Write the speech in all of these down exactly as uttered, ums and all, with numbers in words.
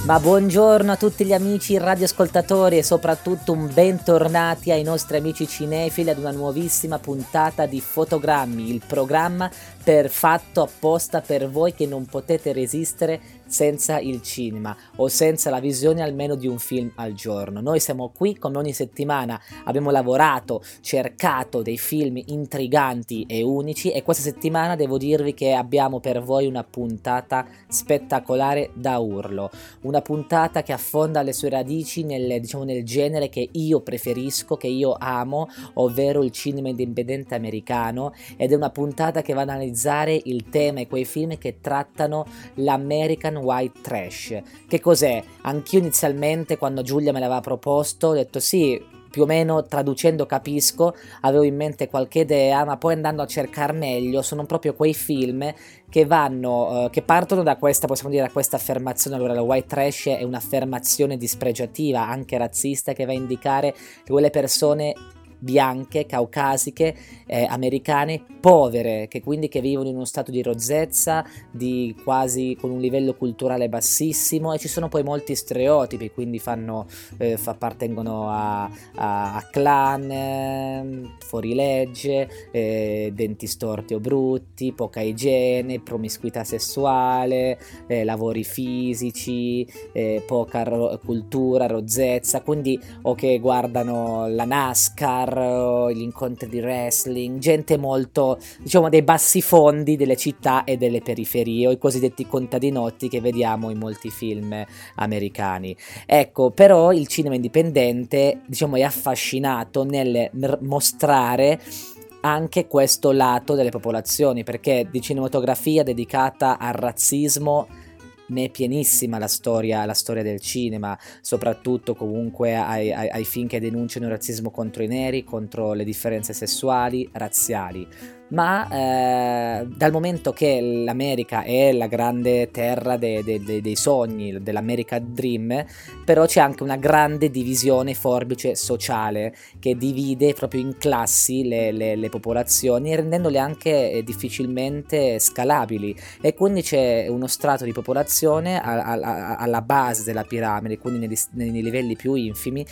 Ma buongiorno a tutti gli amici radioascoltatori e soprattutto un bentornati ai nostri amici cinefili ad una nuovissima puntata di Fotogrammi, il programma per fatto apposta per voi che non potete resistere senza il cinema o senza la visione almeno di un film al giorno. Noi siamo qui come ogni settimana, abbiamo lavorato, cercato dei film intriganti e unici e questa settimana devo dirvi che abbiamo per voi una puntata spettacolare da urlo, una puntata che affonda le sue radici nel, diciamo, nel genere che io preferisco, che io amo, ovvero il cinema indipendente americano, ed è una puntata che va ad analizzare il tema e quei film che trattano l'American white trash. Che cos'è? Anch'io inizialmente, quando Giulia me l'aveva proposto, ho detto sì, più o meno traducendo capisco, avevo in mente qualche idea, ma poi andando a cercare meglio sono proprio quei film che vanno, eh, che partono da questa, possiamo dire, da questa affermazione. Allora, la white trash è un'affermazione dispregiativa, anche razzista, che va a indicare quelle persone bianche, caucasiche, eh, americane, povere, che quindi che vivono in uno stato di rozzezza, di quasi con un livello culturale bassissimo, e ci sono poi molti stereotipi, quindi fanno, eh, fa, appartengono a, a, a clan, eh, fuorilegge, eh, denti storti o brutti, poca igiene, promiscuità sessuale, eh, lavori fisici, eh, poca ro- cultura, rozzezza, quindi o che guardano la NASCAR, gli incontri di wrestling, gente molto, diciamo, dei bassi fondi delle città e delle periferie, o i cosiddetti contadinotti che vediamo in molti film americani. Ecco, però il cinema indipendente, diciamo, è affascinato nel mostrare anche questo lato delle popolazioni, perché di cinematografia dedicata al razzismo ne è pienissima la storia, la storia del cinema, soprattutto comunque ai, ai, ai film che denunciano il razzismo contro i neri, contro le differenze sessuali, razziali. Ma eh, dal momento che l'America è la grande terra de, de, de, dei sogni, dell'American Dream, però c'è anche una grande divisione forbice sociale che divide proprio in classi le, le, le popolazioni, rendendole anche eh, difficilmente scalabili, e quindi c'è uno strato di popolazione a, a, a, alla base della piramide, quindi nei, nei livelli più infimi,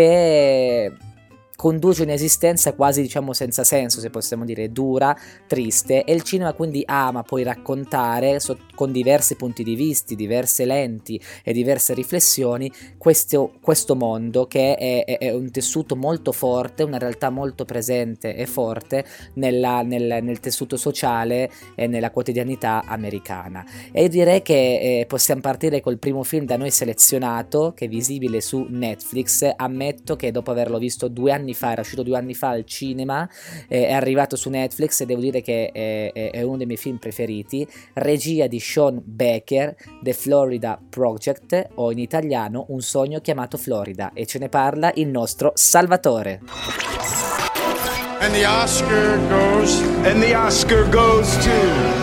che conduce un'esistenza quasi, diciamo, senza senso, se possiamo dire, dura, triste, e il cinema quindi ama poi raccontare so, con diversi punti di vista, diverse lenti e diverse riflessioni questo, questo mondo che è, è, è un tessuto molto forte, una realtà molto presente e forte nella, nel, nel tessuto sociale e nella quotidianità americana. E io direi che eh, possiamo partire col primo film da noi selezionato, che è visibile su Netflix. Ammetto che dopo averlo visto due anni fa, era uscito due anni fa al cinema, eh, è arrivato su Netflix e devo dire che è, è, è uno dei miei film preferiti. Regia di Sean Baker, The Florida Project, o in italiano Un sogno chiamato Florida, e ce ne parla il nostro Salvatore. And the Oscar goes and the Oscar goes to...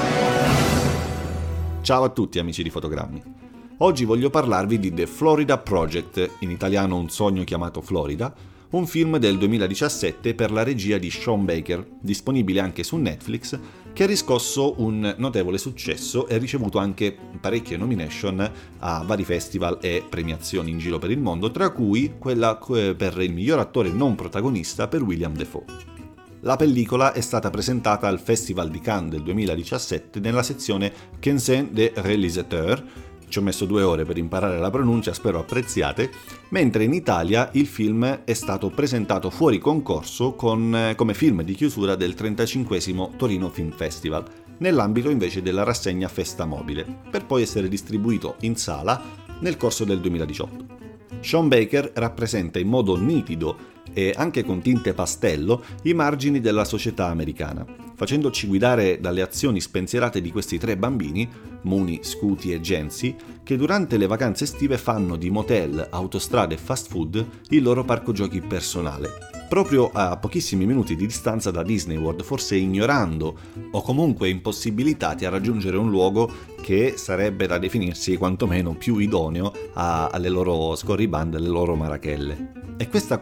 Ciao a tutti amici di Fotogrammi. Oggi voglio parlarvi di The Florida Project, in italiano Un sogno chiamato Florida, un film del duemiladiciassette per la regia di Sean Baker, disponibile anche su Netflix, che ha riscosso un notevole successo e ha ricevuto anche parecchie nomination a vari festival e premiazioni in giro per il mondo, tra cui quella per il miglior attore non protagonista per William Dafoe. La pellicola è stata presentata al Festival di Cannes del duemiladiciassette nella sezione Quinzaine des réalisateurs. Ci ho messo due ore per imparare la pronuncia, spero apprezziate, mentre in Italia il film è stato presentato fuori concorso con, come film di chiusura del trentacinquesimo Torino Film Festival, nell'ambito invece della rassegna Festa Mobile, per poi essere distribuito in sala nel corso del duemiladiciotto. Sean Baker rappresenta in modo nitido e anche con tinte pastello i margini della società americana, facendoci guidare dalle azioni spensierate di questi tre bambini, Mooney, Scooty e Jency, che durante le vacanze estive fanno di motel, autostrade e fast food il loro parco giochi personale, proprio a pochissimi minuti di distanza da Disney World, forse ignorando o comunque impossibilitati a raggiungere un luogo che sarebbe da definirsi quantomeno più idoneo a, alle loro scorribande, alle loro marachelle. E questa contraddizione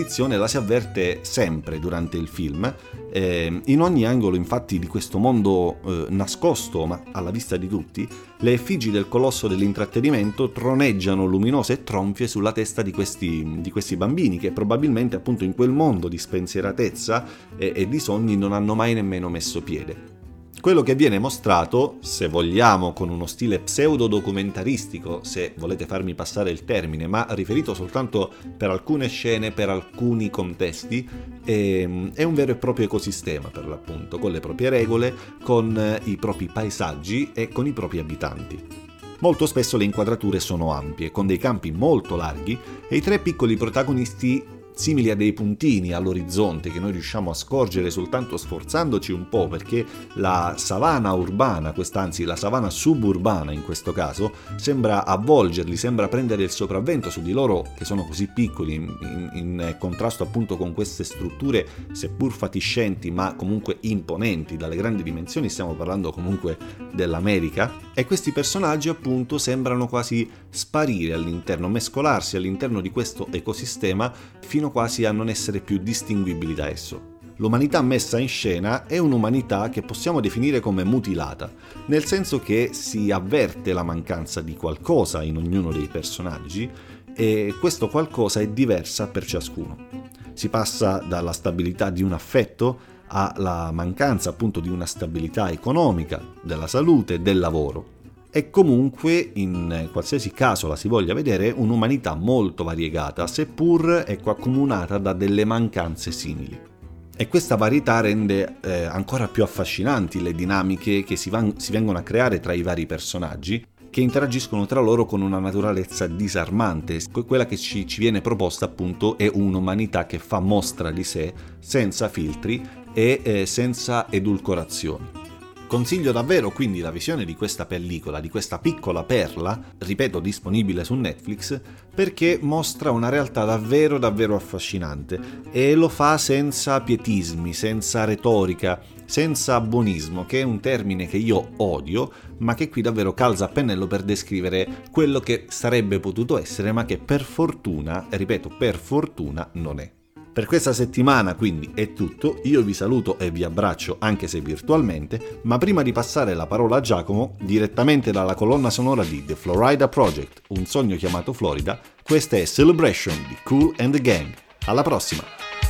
tradizione la si avverte sempre durante il film. Eh, in ogni angolo infatti di questo mondo eh, nascosto ma alla vista di tutti, le effigi del colosso dell'intrattenimento troneggiano luminose e tronfie sulla testa di questi, di questi bambini che probabilmente appunto in quel mondo di spensieratezza e, e di sogni non hanno mai nemmeno messo piede. Quello che viene mostrato, se vogliamo, con uno stile pseudo-documentaristico, se volete farmi passare il termine, ma riferito soltanto per alcune scene, per alcuni contesti, è, è un vero e proprio ecosistema, per l'appunto, con le proprie regole, con i propri paesaggi e con i propri abitanti. Molto spesso le inquadrature sono ampie, con dei campi molto larghi e i tre piccoli protagonisti simili a dei puntini all'orizzonte che noi riusciamo a scorgere soltanto sforzandoci un po', perché la savana urbana, quest'anzi la savana suburbana in questo caso, sembra avvolgerli, sembra prendere il sopravvento su di loro che sono così piccoli in, in, in contrasto appunto con queste strutture seppur fatiscenti ma comunque imponenti dalle grandi dimensioni. Stiamo parlando comunque dell'America, e questi personaggi appunto sembrano quasi sparire all'interno, mescolarsi all'interno di questo ecosistema fino quasi a non essere più distinguibili da esso. L'umanità messa in scena è un'umanità che possiamo definire come mutilata, nel senso che si avverte la mancanza di qualcosa in ognuno dei personaggi e questo qualcosa è diversa per ciascuno. Si passa dalla stabilità di un affetto alla mancanza appunto di una stabilità economica, della salute, del lavoro. È comunque, in qualsiasi caso la si voglia vedere, un'umanità molto variegata, seppur ecco, accomunata da delle mancanze simili. E questa varietà rende eh, ancora più affascinanti le dinamiche che si, van- si vengono a creare tra i vari personaggi, che interagiscono tra loro con una naturalezza disarmante. Quella che ci, ci viene proposta appunto è un'umanità che fa mostra di sé, senza filtri e eh, senza edulcorazioni. Consiglio davvero quindi la visione di questa pellicola, di questa piccola perla, ripeto disponibile su Netflix, perché mostra una realtà davvero davvero affascinante e lo fa senza pietismi, senza retorica, senza buonismo, che è un termine che io odio, ma che qui davvero calza a pennello per descrivere quello che sarebbe potuto essere, ma che per fortuna, ripeto per fortuna, non è. Per questa settimana quindi è tutto, io vi saluto e vi abbraccio anche se virtualmente, ma prima di passare la parola a Giacomo, direttamente dalla colonna sonora di The Florida Project, un sogno chiamato Florida, questa è Celebration di Kool and the Gang. Alla prossima!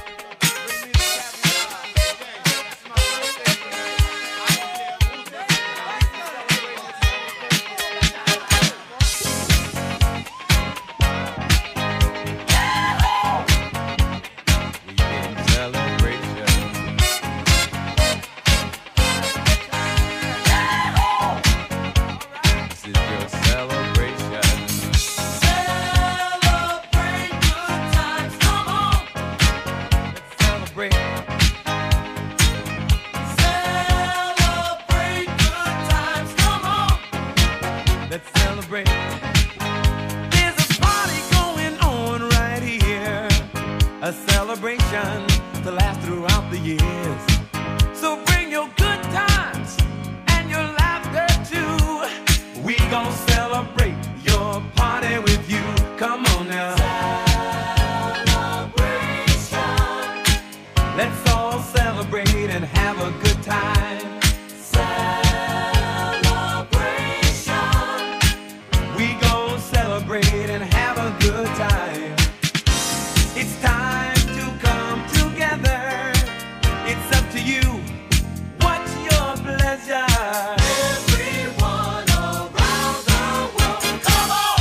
A celebration to last throughout the years. So bring your good times and your laughter too. We gon' celebrate your party with you. Come on now. Celebration. Let's all celebrate and have a good time. Celebration. We gon' celebrate and have a good time. It's time to come together. It's up to you. What's your pleasure? Everyone around the world, come on!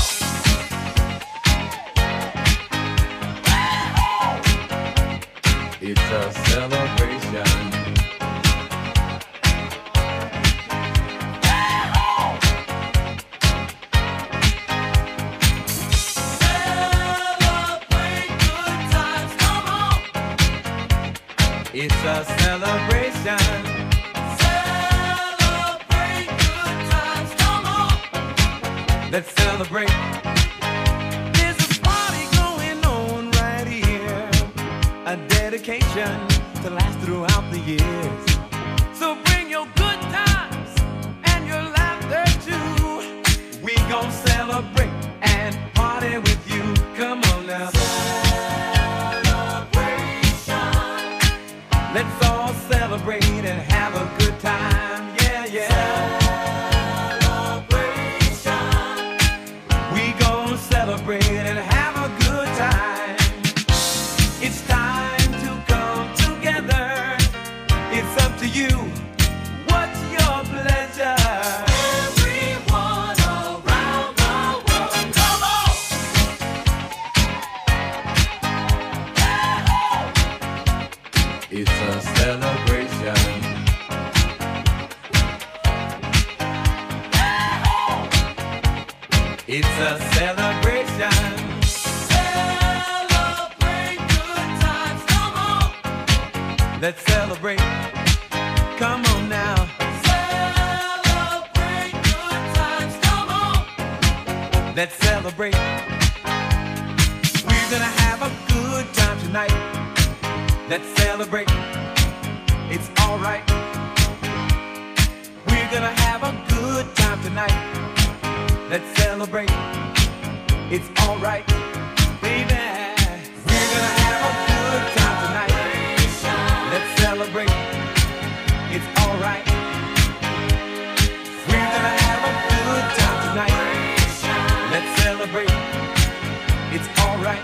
It's a celebration. It's a celebration. Celebrate good times, come on. Let's celebrate. There's a party going on right here. A dedication to last throughout the years. So bring your good times and your laughter too. We gon' celebrate and party with you. Come on now. Celebrate. Let's all celebrate and have a good time. Yeah, yeah. Celebration. We gon' celebrate and have a good time. It's time to come together. It's up to you. What's your pleasure? Everyone around the world, come on! It's a celebration. It's a celebration. Celebrate good times, come on. Let's celebrate. Come on now. Celebrate good times, come on. Let's celebrate. We're gonna have a good time tonight. Let's celebrate. It's alright. We're gonna have a good time tonight. Let's celebrate. It's alright, baby. We're gonna have a good time tonight. Let's celebrate. It's alright. We're gonna have a good time tonight. Let's celebrate. It's alright.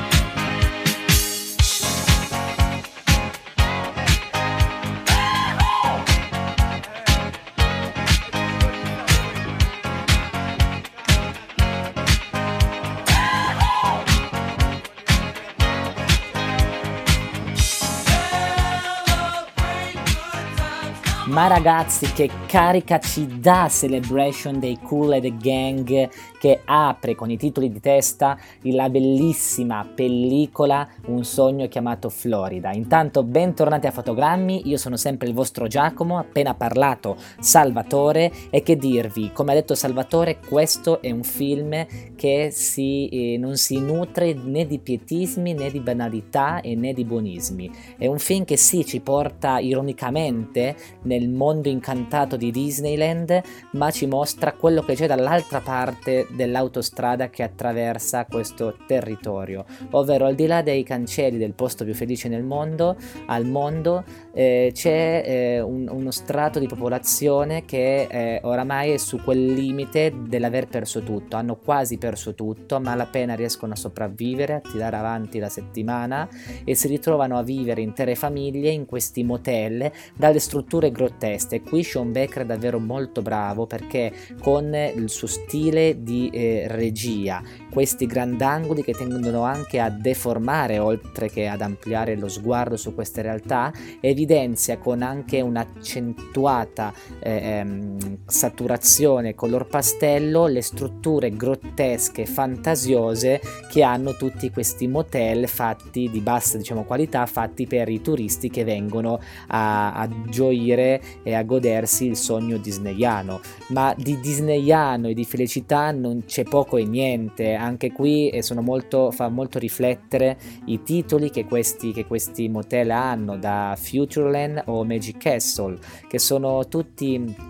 Ma ragazzi, che carica ci dà Celebration dei Kool and the Gang, che apre con i titoli di testa la bellissima pellicola Un sogno chiamato Florida. Intanto bentornati a Fotogrammi, io sono sempre il vostro Giacomo, appena parlato Salvatore, e che dirvi, come ha detto Salvatore, questo è un film che si, eh, non si nutre né di pietismi né di banalità e né di buonismi. È un film che sì, ci porta ironicamente nel mondo incantato di Disneyland, ma ci mostra quello che c'è dall'altra parte dell'autostrada che attraversa questo territorio, ovvero al di là dei cancelli del posto più felice nel mondo, al mondo eh, c'è eh, un, uno strato di popolazione che eh, oramai è su quel limite dell'aver perso tutto, hanno quasi perso tutto, ma malapena riescono a sopravvivere, a tirare avanti la settimana, e si ritrovano a vivere intere famiglie in questi motel dalle strutture grottesche. Qui Sean Baker è davvero molto bravo, perché con il suo stile di eh, regia, questi grandangoli che tendono anche a deformare oltre che ad ampliare lo sguardo su queste realtà, evidenzia con anche un'accentuata eh, ehm, saturazione color pastello le strutture grottesche fantasiose che hanno tutti questi motel fatti di bassa, diciamo, qualità, fatti per i turisti che vengono a, a gioire e a godersi il sogno disneyano. Ma di disneyano e di felicità non c'è poco e niente. Anche qui e sono molto, fa molto riflettere i titoli che questi, che questi motel hanno, da Futureland o Magic Castle, che sono tutti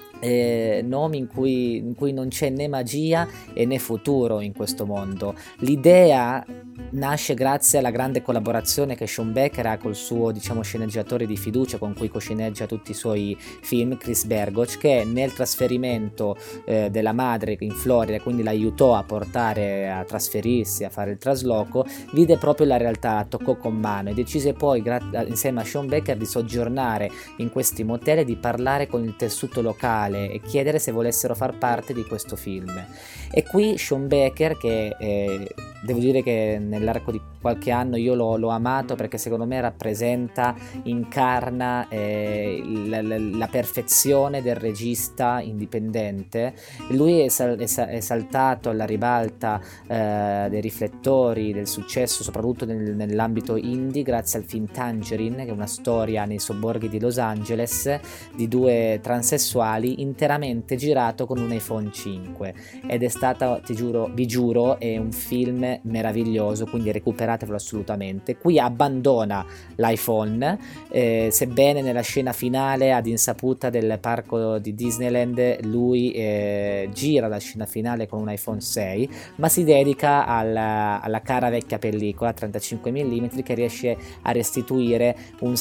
Eh, nomi in cui, in cui non c'è né magia e né futuro in questo mondo. L'idea nasce grazie alla grande collaborazione che Sean Baker ha col suo, diciamo, sceneggiatore di fiducia con cui cosceneggia tutti i suoi film, Chris Bergoch, che nel trasferimento eh, della madre in Florida, quindi l'aiutò a portare a trasferirsi, a fare il trasloco, vide proprio la realtà, la toccò con mano e decise poi gra- insieme a Sean Baker di soggiornare in questi motel e di parlare con il tessuto locale e chiedere se volessero far parte di questo film. E qui Sean Baker, che eh, devo dire che nell'arco di qualche anno io l'ho, l'ho amato, perché secondo me rappresenta, incarna eh, la, la, la perfezione del regista indipendente. Lui è, sal, è, è saltato alla ribalta eh, dei riflettori del successo, soprattutto nel, nell'ambito indie, grazie al film Tangerine, che è una storia nei sobborghi di Los Angeles di due transessuali, interamente girato con un iPhone cinque, ed è stata, ti giuro, vi giuro, è un film film meraviglioso, quindi recuperatevelo assolutamente. Qui abbandona l'iPhone, eh, sebbene nella scena finale, ad insaputa del parco di Disneyland, lui eh, gira la scena finale con un iPhone sei, ma si dedica alla, alla cara vecchia pellicola trentacinque millimetri, che riesce a restituire un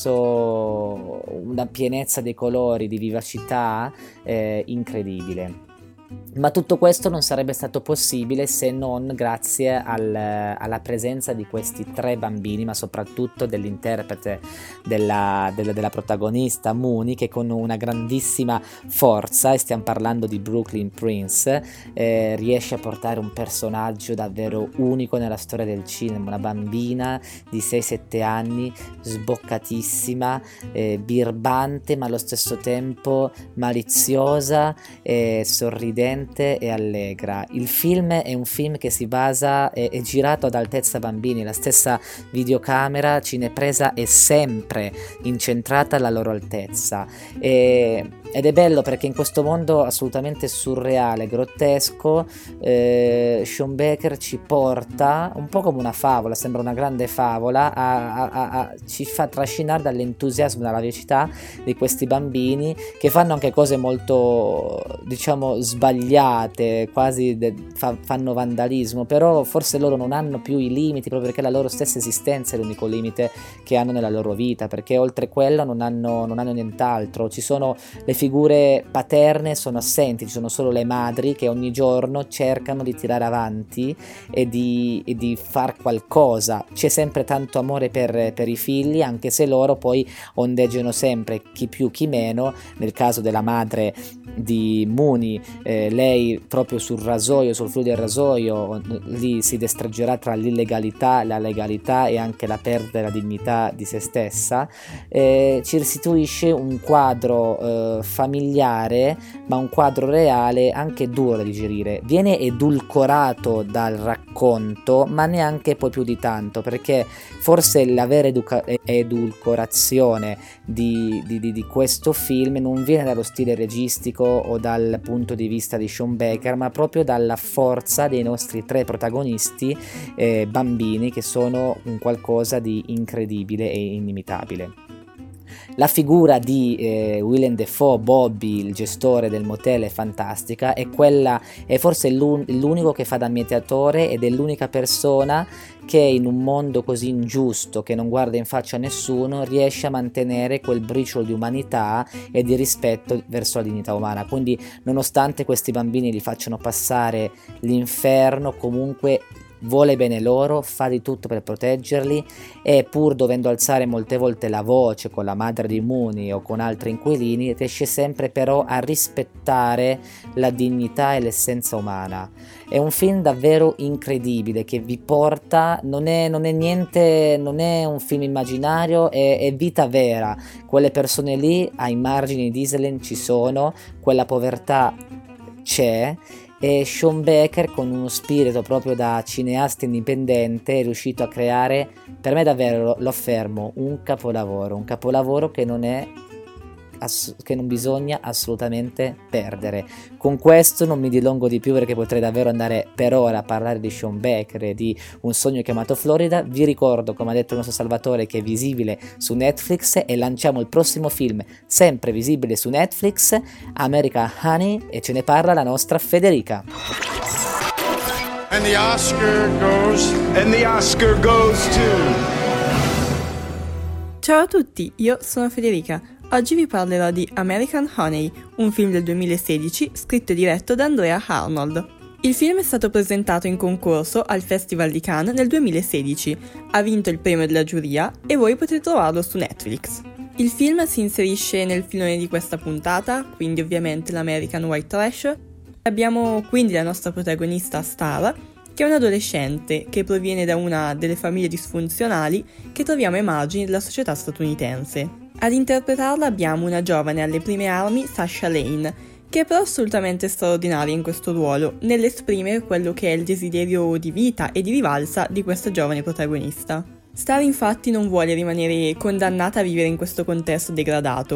senso, una pienezza dei colori, di vivacità eh, incredibile. Ma tutto questo non sarebbe stato possibile se non grazie al, alla presenza di questi tre bambini, ma soprattutto dell'interprete della, della, della protagonista Mooney, che con una grandissima forza, e stiamo parlando di Brooklyn Prince, eh, riesce a portare un personaggio davvero unico nella storia del cinema, una bambina di sei sette anni, sboccatissima, eh, birbante, ma allo stesso tempo maliziosa, eh, sorridente e allegra. Il film è un film che si basa, è, è girato ad altezza bambini, la stessa videocamera cinepresa è sempre incentrata alla loro altezza, e, ed è bello perché in questo mondo assolutamente surreale, grottesco, eh, Sean Baker ci porta un po' come una favola, sembra una grande favola, a, a, a, a, ci fa trascinare dall'entusiasmo, dalla vivacità di questi bambini, che fanno anche cose molto, diciamo, sbagliate, quasi de- fa- fanno vandalismo, però forse loro non hanno più i limiti, proprio perché la loro stessa esistenza è l'unico limite che hanno nella loro vita, perché oltre quello non hanno, non hanno nient'altro. Ci sono le figure paterne, sono assenti, ci sono solo le madri che ogni giorno cercano di tirare avanti e di, e di far qualcosa. C'è sempre tanto amore per, per i figli, anche se loro poi ondeggiano sempre, chi più chi meno. Nel caso della madre di Mooney, eh, lei proprio sul rasoio, sul fluido del rasoio, lì si destreggerà tra l'illegalità, la legalità e anche la perdita della dignità di se stessa. Eh, ci restituisce un quadro eh, familiare, ma un quadro reale anche duro da digerire. Viene edulcorato dal racconto, ma neanche poi più di tanto, perché forse la vera educa- edulcorazione di, di, di, di questo film non viene dallo stile registico o dal punto di vista di Sean Baker, ma proprio dalla forza dei nostri tre protagonisti eh, bambini, che sono un qualcosa di incredibile e inimitabile. La figura di eh, Willem Dafoe, Bobby, il gestore del motel, è fantastica, è quella, è forse l'un- l'unico che fa da mediatore, ed è l'unica persona che in un mondo così ingiusto, che non guarda in faccia a nessuno, riesce a mantenere quel briciolo di umanità e di rispetto verso la dignità umana. Quindi, nonostante questi bambini li facciano passare l'inferno, comunque vuole bene loro, fa di tutto per proteggerli, e pur dovendo alzare molte volte la voce con la madre di Mooney o con altri inquilini, riesce sempre però a rispettare la dignità e l'essenza umana. È un film davvero incredibile, che vi porta, non è, non è niente, non è un film immaginario, è, è vita vera. Quelle persone lì ai margini di Disneyland ci sono, quella povertà c'è, e Sean Baker, con uno spirito proprio da cineasta indipendente, è riuscito a creare, per me davvero, lo affermo, un capolavoro, un capolavoro che non è ass- che non bisogna assolutamente perdere. Con questo non mi dilungo di più, perché potrei davvero andare per ora a parlare di Sean Baker e di Un sogno chiamato Florida. Vi ricordo, come ha detto il nostro Salvatore, che è visibile su Netflix, e lanciamo il prossimo film sempre visibile su Netflix, American Honey, e ce ne parla la nostra Federica. And the Oscar goes, and the Oscar goes to... Ciao a tutti, io sono Federica. Oggi vi parlerò di American Honey, un film del duemilasedici scritto e diretto da Andrea Arnold. Il film è stato presentato in concorso al Festival di Cannes nel duemilasedici, ha vinto il premio della giuria e voi potete trovarlo su Netflix. Il film si inserisce nel filone di questa puntata, quindi ovviamente l'American White Trash. Abbiamo quindi la nostra protagonista Star, che è un adolescente che proviene da una delle famiglie disfunzionali che troviamo ai margini della società statunitense. Ad interpretarla abbiamo una giovane alle prime armi, Sasha Lane, che è però assolutamente straordinaria in questo ruolo, nell'esprimere quello che è il desiderio di vita e di rivalsa di questa giovane protagonista. Star infatti non vuole rimanere condannata a vivere in questo contesto degradato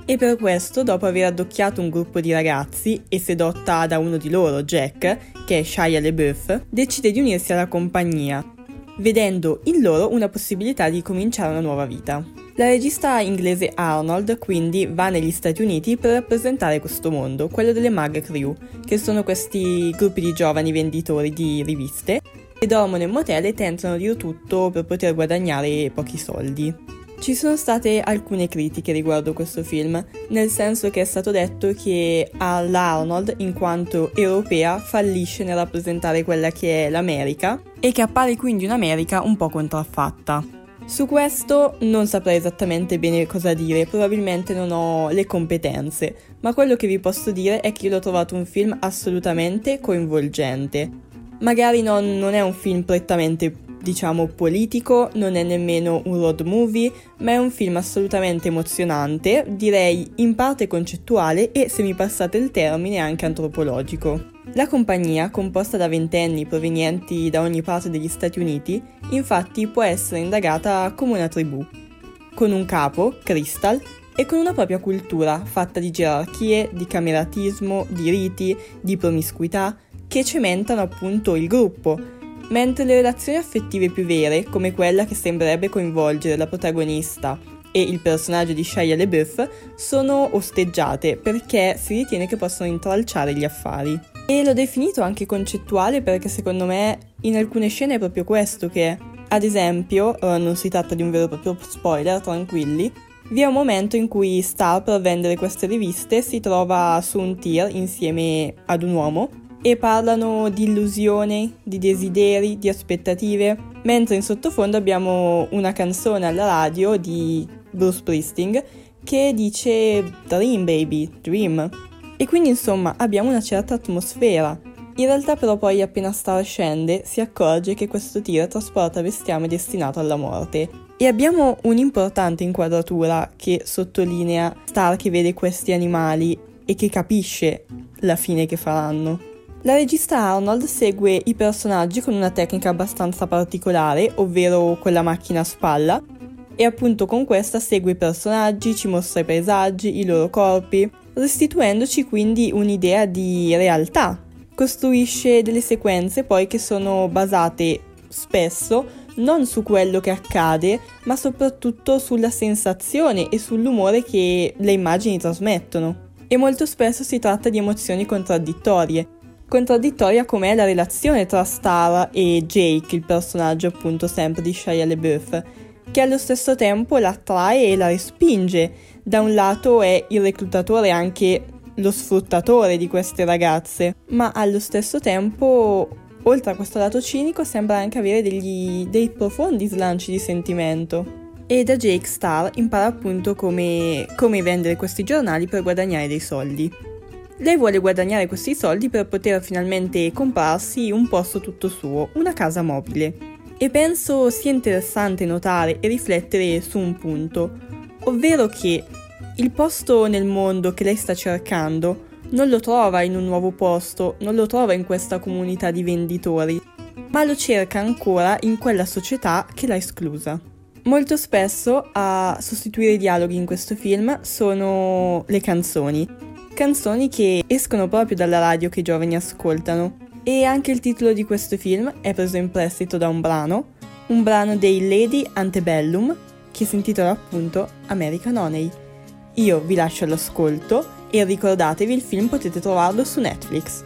E per questo, dopo aver addocchiato un gruppo di ragazzi e sedotta da uno di loro, Jack, che è Shia LaBeouf, decide di unirsi alla compagnia, vedendo in loro una possibilità di cominciare una nuova vita. La regista inglese Arnold quindi va negli Stati Uniti per rappresentare questo mondo, quello delle Mag Crew, che sono questi gruppi di giovani venditori di riviste che dormono in motel e tentano di tutto per poter guadagnare pochi soldi. Ci sono state alcune critiche riguardo questo film, nel senso che è stato detto che l'Arnold, in quanto europea, fallisce nel rappresentare quella che è l'America e che appare quindi un'America un po' contraffatta. Su questo non saprei esattamente bene cosa dire, probabilmente non ho le competenze, ma quello che vi posso dire è che io l'ho trovato un film assolutamente coinvolgente. Magari non, non è un film prettamente, diciamo, politico, non è nemmeno un road movie, ma è un film assolutamente emozionante, direi in parte concettuale e, se mi passate il termine, anche antropologico. La compagnia, composta da ventenni provenienti da ogni parte degli Stati Uniti, infatti può essere indagata come una tribù, con un capo, Crystal, e con una propria cultura fatta di gerarchie, di cameratismo, di riti, di promiscuità, che cementano appunto il gruppo, mentre le relazioni affettive più vere, come quella che sembrerebbe coinvolgere la protagonista e il personaggio di Shia LaBeouf, sono osteggiate perché si ritiene che possano intralciare gli affari. E l'ho definito anche concettuale perché secondo me in alcune scene è proprio questo che, ad esempio, eh, non si tratta di un vero e proprio spoiler, tranquilli, vi è un momento in cui Star, per vendere queste riviste, si trova su un tir insieme ad un uomo e parlano di illusioni, di desideri, di aspettative, mentre in sottofondo abbiamo una canzone alla radio di Bruce Springsteen che dice "Dream baby, dream". E quindi insomma abbiamo una certa atmosfera. In realtà però poi appena Star scende si accorge che questo tir trasporta bestiame destinato alla morte. E abbiamo un'importante inquadratura che sottolinea Star che vede questi animali e che capisce la fine che faranno. La regista Arnold segue i personaggi con una tecnica abbastanza particolare, ovvero quella macchina a spalla, e appunto con questa segue i personaggi, ci mostra i paesaggi, i loro corpi, restituendoci quindi un'idea di realtà. Costruisce delle sequenze poi che sono basate spesso non su quello che accade, ma soprattutto sulla sensazione e sull'umore che le immagini trasmettono. E molto spesso si tratta di emozioni contraddittorie. Contraddittoria com'è la relazione tra Star e Jake, il personaggio appunto sempre di Shia LaBeouf, che allo stesso tempo la attrae e la respinge. Da un lato è il reclutatore e anche lo sfruttatore di queste ragazze, ma allo stesso tempo, oltre a questo lato cinico, sembra anche avere degli, dei profondi slanci di sentimento. E da Jake Star impara appunto come, come vendere questi giornali per guadagnare dei soldi. Lei vuole guadagnare questi soldi per poter finalmente comprarsi un posto tutto suo, una casa mobile. E penso sia interessante notare e riflettere su un punto, ovvero che il posto nel mondo che lei sta cercando non lo trova in un nuovo posto, non lo trova in questa comunità di venditori, ma lo cerca ancora in quella società che l'ha esclusa. Molto spesso a sostituire i dialoghi in questo film sono le canzoni. Canzoni che escono proprio dalla radio che i giovani ascoltano. E anche il titolo di questo film è preso in prestito da un brano, un brano dei Lady Antebellum, che si intitola appunto American Honey. Io vi lascio all'ascolto e ricordatevi, il film potete trovarlo su Netflix.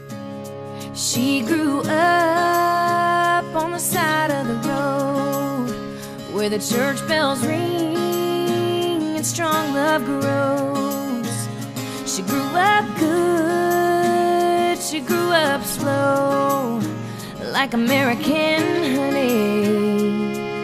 She grew up on the side of the road where the church bells ring and strong love grows. She grew up good, she grew up slow, like American honey.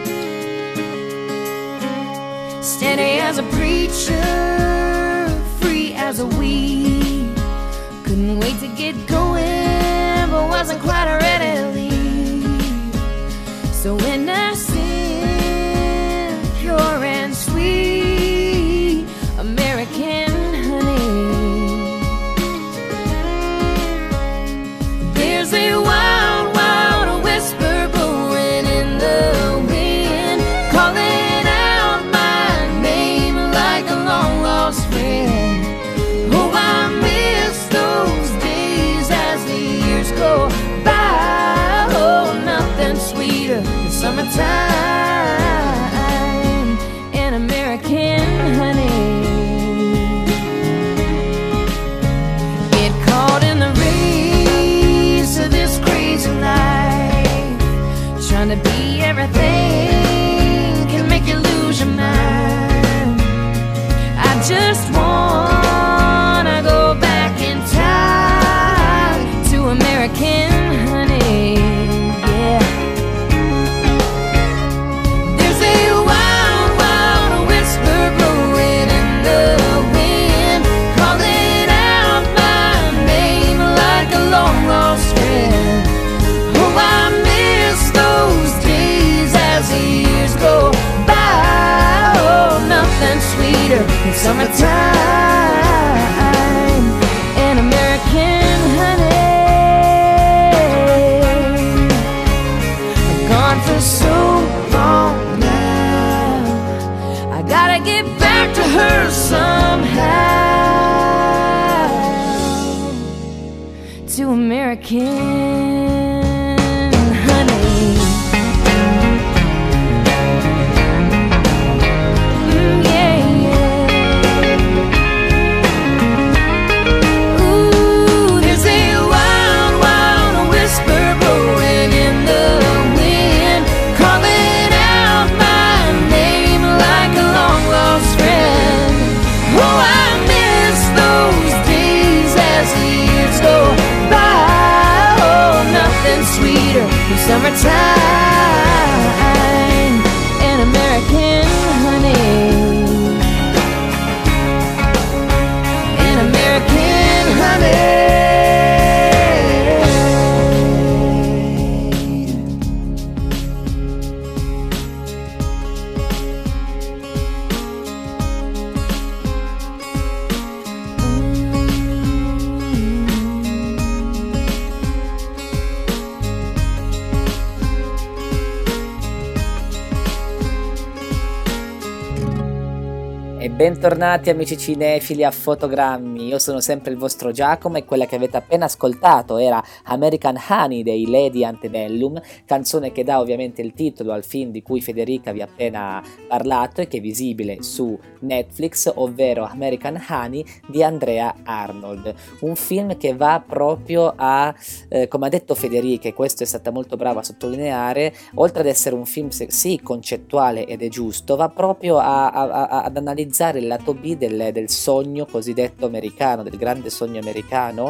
Steady as a preacher, free as a weed. Couldn't wait to get going, but wasn't quite ready to leave. So innocent, pure and sweet, American honey. There's a wild, wild whisper blowing in the wind, calling out my name like a long lost friend. just wanna go back in time to American honey, yeah. There's a wild, wild whisper blowing in the wind, calling out my name like a long lost friend. Oh, I miss those days as the years go by. Oh, nothing sweeter than summertime and American honey. I'm gone for so long now, I gotta get back to her somehow, to American honey. Mm, yeah, yeah. Ooh, there's a wild, wild whisper blowing in the wind, calling out my name like a long lost friend. Oh, I miss those days as the years go by. Oh, nothing sweeter than summertime and American honey, and American honey. E bentornati amici cinefili a Fotogrammi, io sono sempre il vostro Giacomo e quella che avete appena ascoltato era American Honey dei Lady Antebellum, canzone che dà ovviamente il titolo al film di cui Federica vi ha appena parlato e che è visibile su Netflix, ovvero American Honey di Andrea Arnold, un film che va proprio a, eh, come ha detto Federica, e questo è stata molto brava a sottolineare, oltre ad essere un film sì concettuale ed è giusto, va proprio a, a, a, ad analizzare il lato B del, del sogno cosiddetto americano, del grande sogno americano,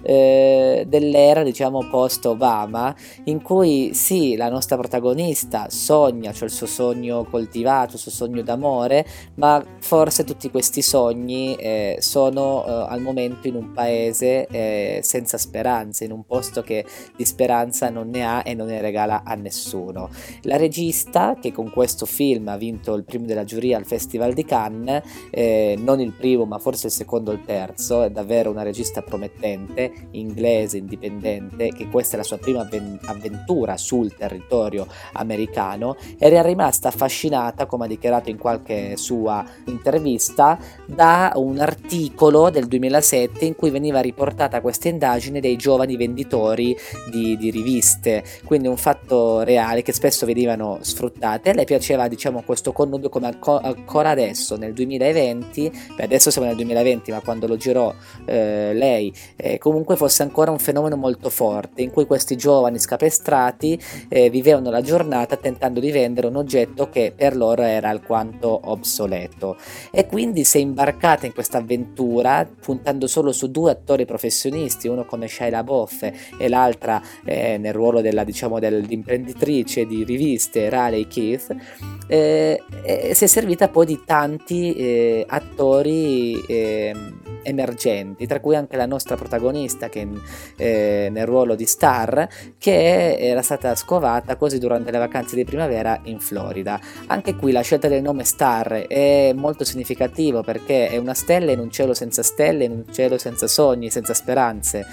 eh, dell'era diciamo post Obama, in cui sì, la nostra protagonista sogna, cioè il suo sogno coltivato, il suo sogno d'amore, ma forse tutti questi sogni eh, sono eh, al momento in un paese eh, senza speranze, in un posto che di speranza non ne ha e non ne regala a nessuno. La regista, che con questo film ha vinto il premio della giuria al Festival di Cannes, eh, non il primo ma forse il secondo o il terzo, è davvero una regista promettente, inglese, indipendente, che questa è la sua prima avventura sul territorio americano, era rimasta affascinata, come ha dichiarato in qualche sua intervista, da un articolo del duemilasette in cui veniva riportata questa indagine dei giovani venditori di, di riviste, quindi un fatto reale che spesso venivano sfruttate. A lei piaceva diciamo questo connubio come ancora adesso nel duemilaventi, beh adesso siamo nel duemilaventi ma quando lo girò eh, lei eh, comunque fosse ancora un fenomeno molto forte in cui questi giovani scapestrati eh, vivevano la giornata tentando di vendere un oggetto che per loro era alquanto obsoleto, e quindi si è imbarcata in questa avventura puntando solo su due attori professionisti, uno come Shia LaBeouf e l'altra eh, nel ruolo della diciamo dell'imprenditrice di riviste Riley Keith. Eh, e si è servita poi di tanti eh, attori eh, emergenti, tra cui anche la nostra protagonista che eh, nel ruolo di Star, che era stata scovata così durante le vacanze di primavera in Florida. Anche qui la scelta del nome Star è molto significativo perché è una stella in un cielo senza stelle, in un cielo senza sogni, senza speranze,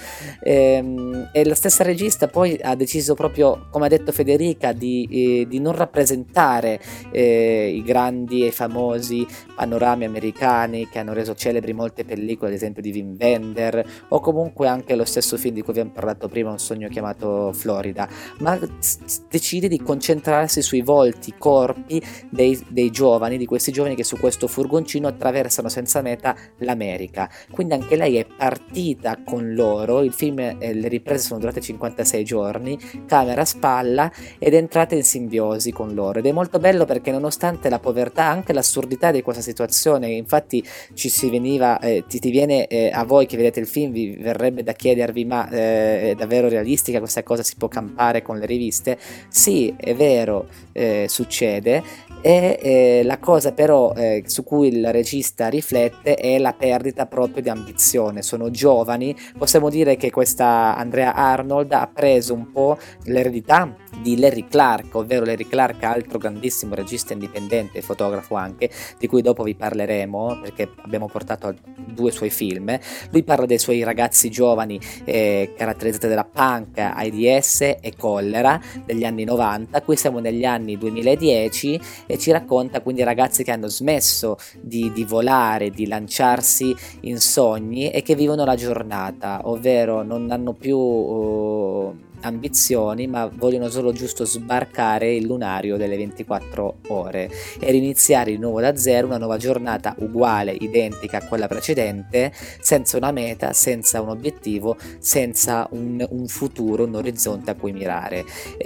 e, e la stessa regista poi ha deciso proprio, come ha detto Federica, di, eh, di non rappresentare eh, i grandi e famosi panorami americani che hanno reso celebri molte pellicole pellicole, ad esempio di Wim Wender, o comunque anche lo stesso film di cui abbiamo parlato prima, Un sogno chiamato Florida, ma s- decide di concentrarsi sui volti, corpi dei, dei giovani, di questi giovani che su questo furgoncino attraversano senza meta l'America. Quindi anche lei è partita con loro, il film, eh, le riprese sono durate cinquantasei giorni, camera a spalla, ed è entrata in simbiosi con loro, ed è molto bello perché nonostante la povertà, anche l'assurdità di questa situazione, infatti ci si veniva, eh, ti, ti viene eh, a voi che vedete il film, vi verrebbe da chiedervi: ma eh, è davvero realistica questa cosa? Si può campare con le riviste? Sì, è vero, eh, succede. E eh, la cosa però eh, su cui il regista riflette è la perdita proprio di ambizione. Sono giovani, possiamo dire che questa Andrea Arnold ha preso un po' l'eredità di Larry Clark, ovvero Larry Clark, altro grandissimo regista indipendente, fotografo anche, di cui dopo vi parleremo perché abbiamo portato due suoi film. Lui parla dei suoi ragazzi giovani eh, caratterizzati da punk, AIDS e collera degli anni novanta. Qui siamo negli anni duemiladieci e ci racconta quindi ragazzi che hanno smesso di, di volare, di lanciarsi in sogni e che vivono la giornata, ovvero non hanno più uh, ambizioni, ma vogliono solo giusto sbarcare il lunario delle ventiquattro ore e riniziare di nuovo da zero una nuova giornata uguale, identica a quella precedente, senza una meta, senza un obiettivo, senza un, un futuro, un orizzonte a cui mirare.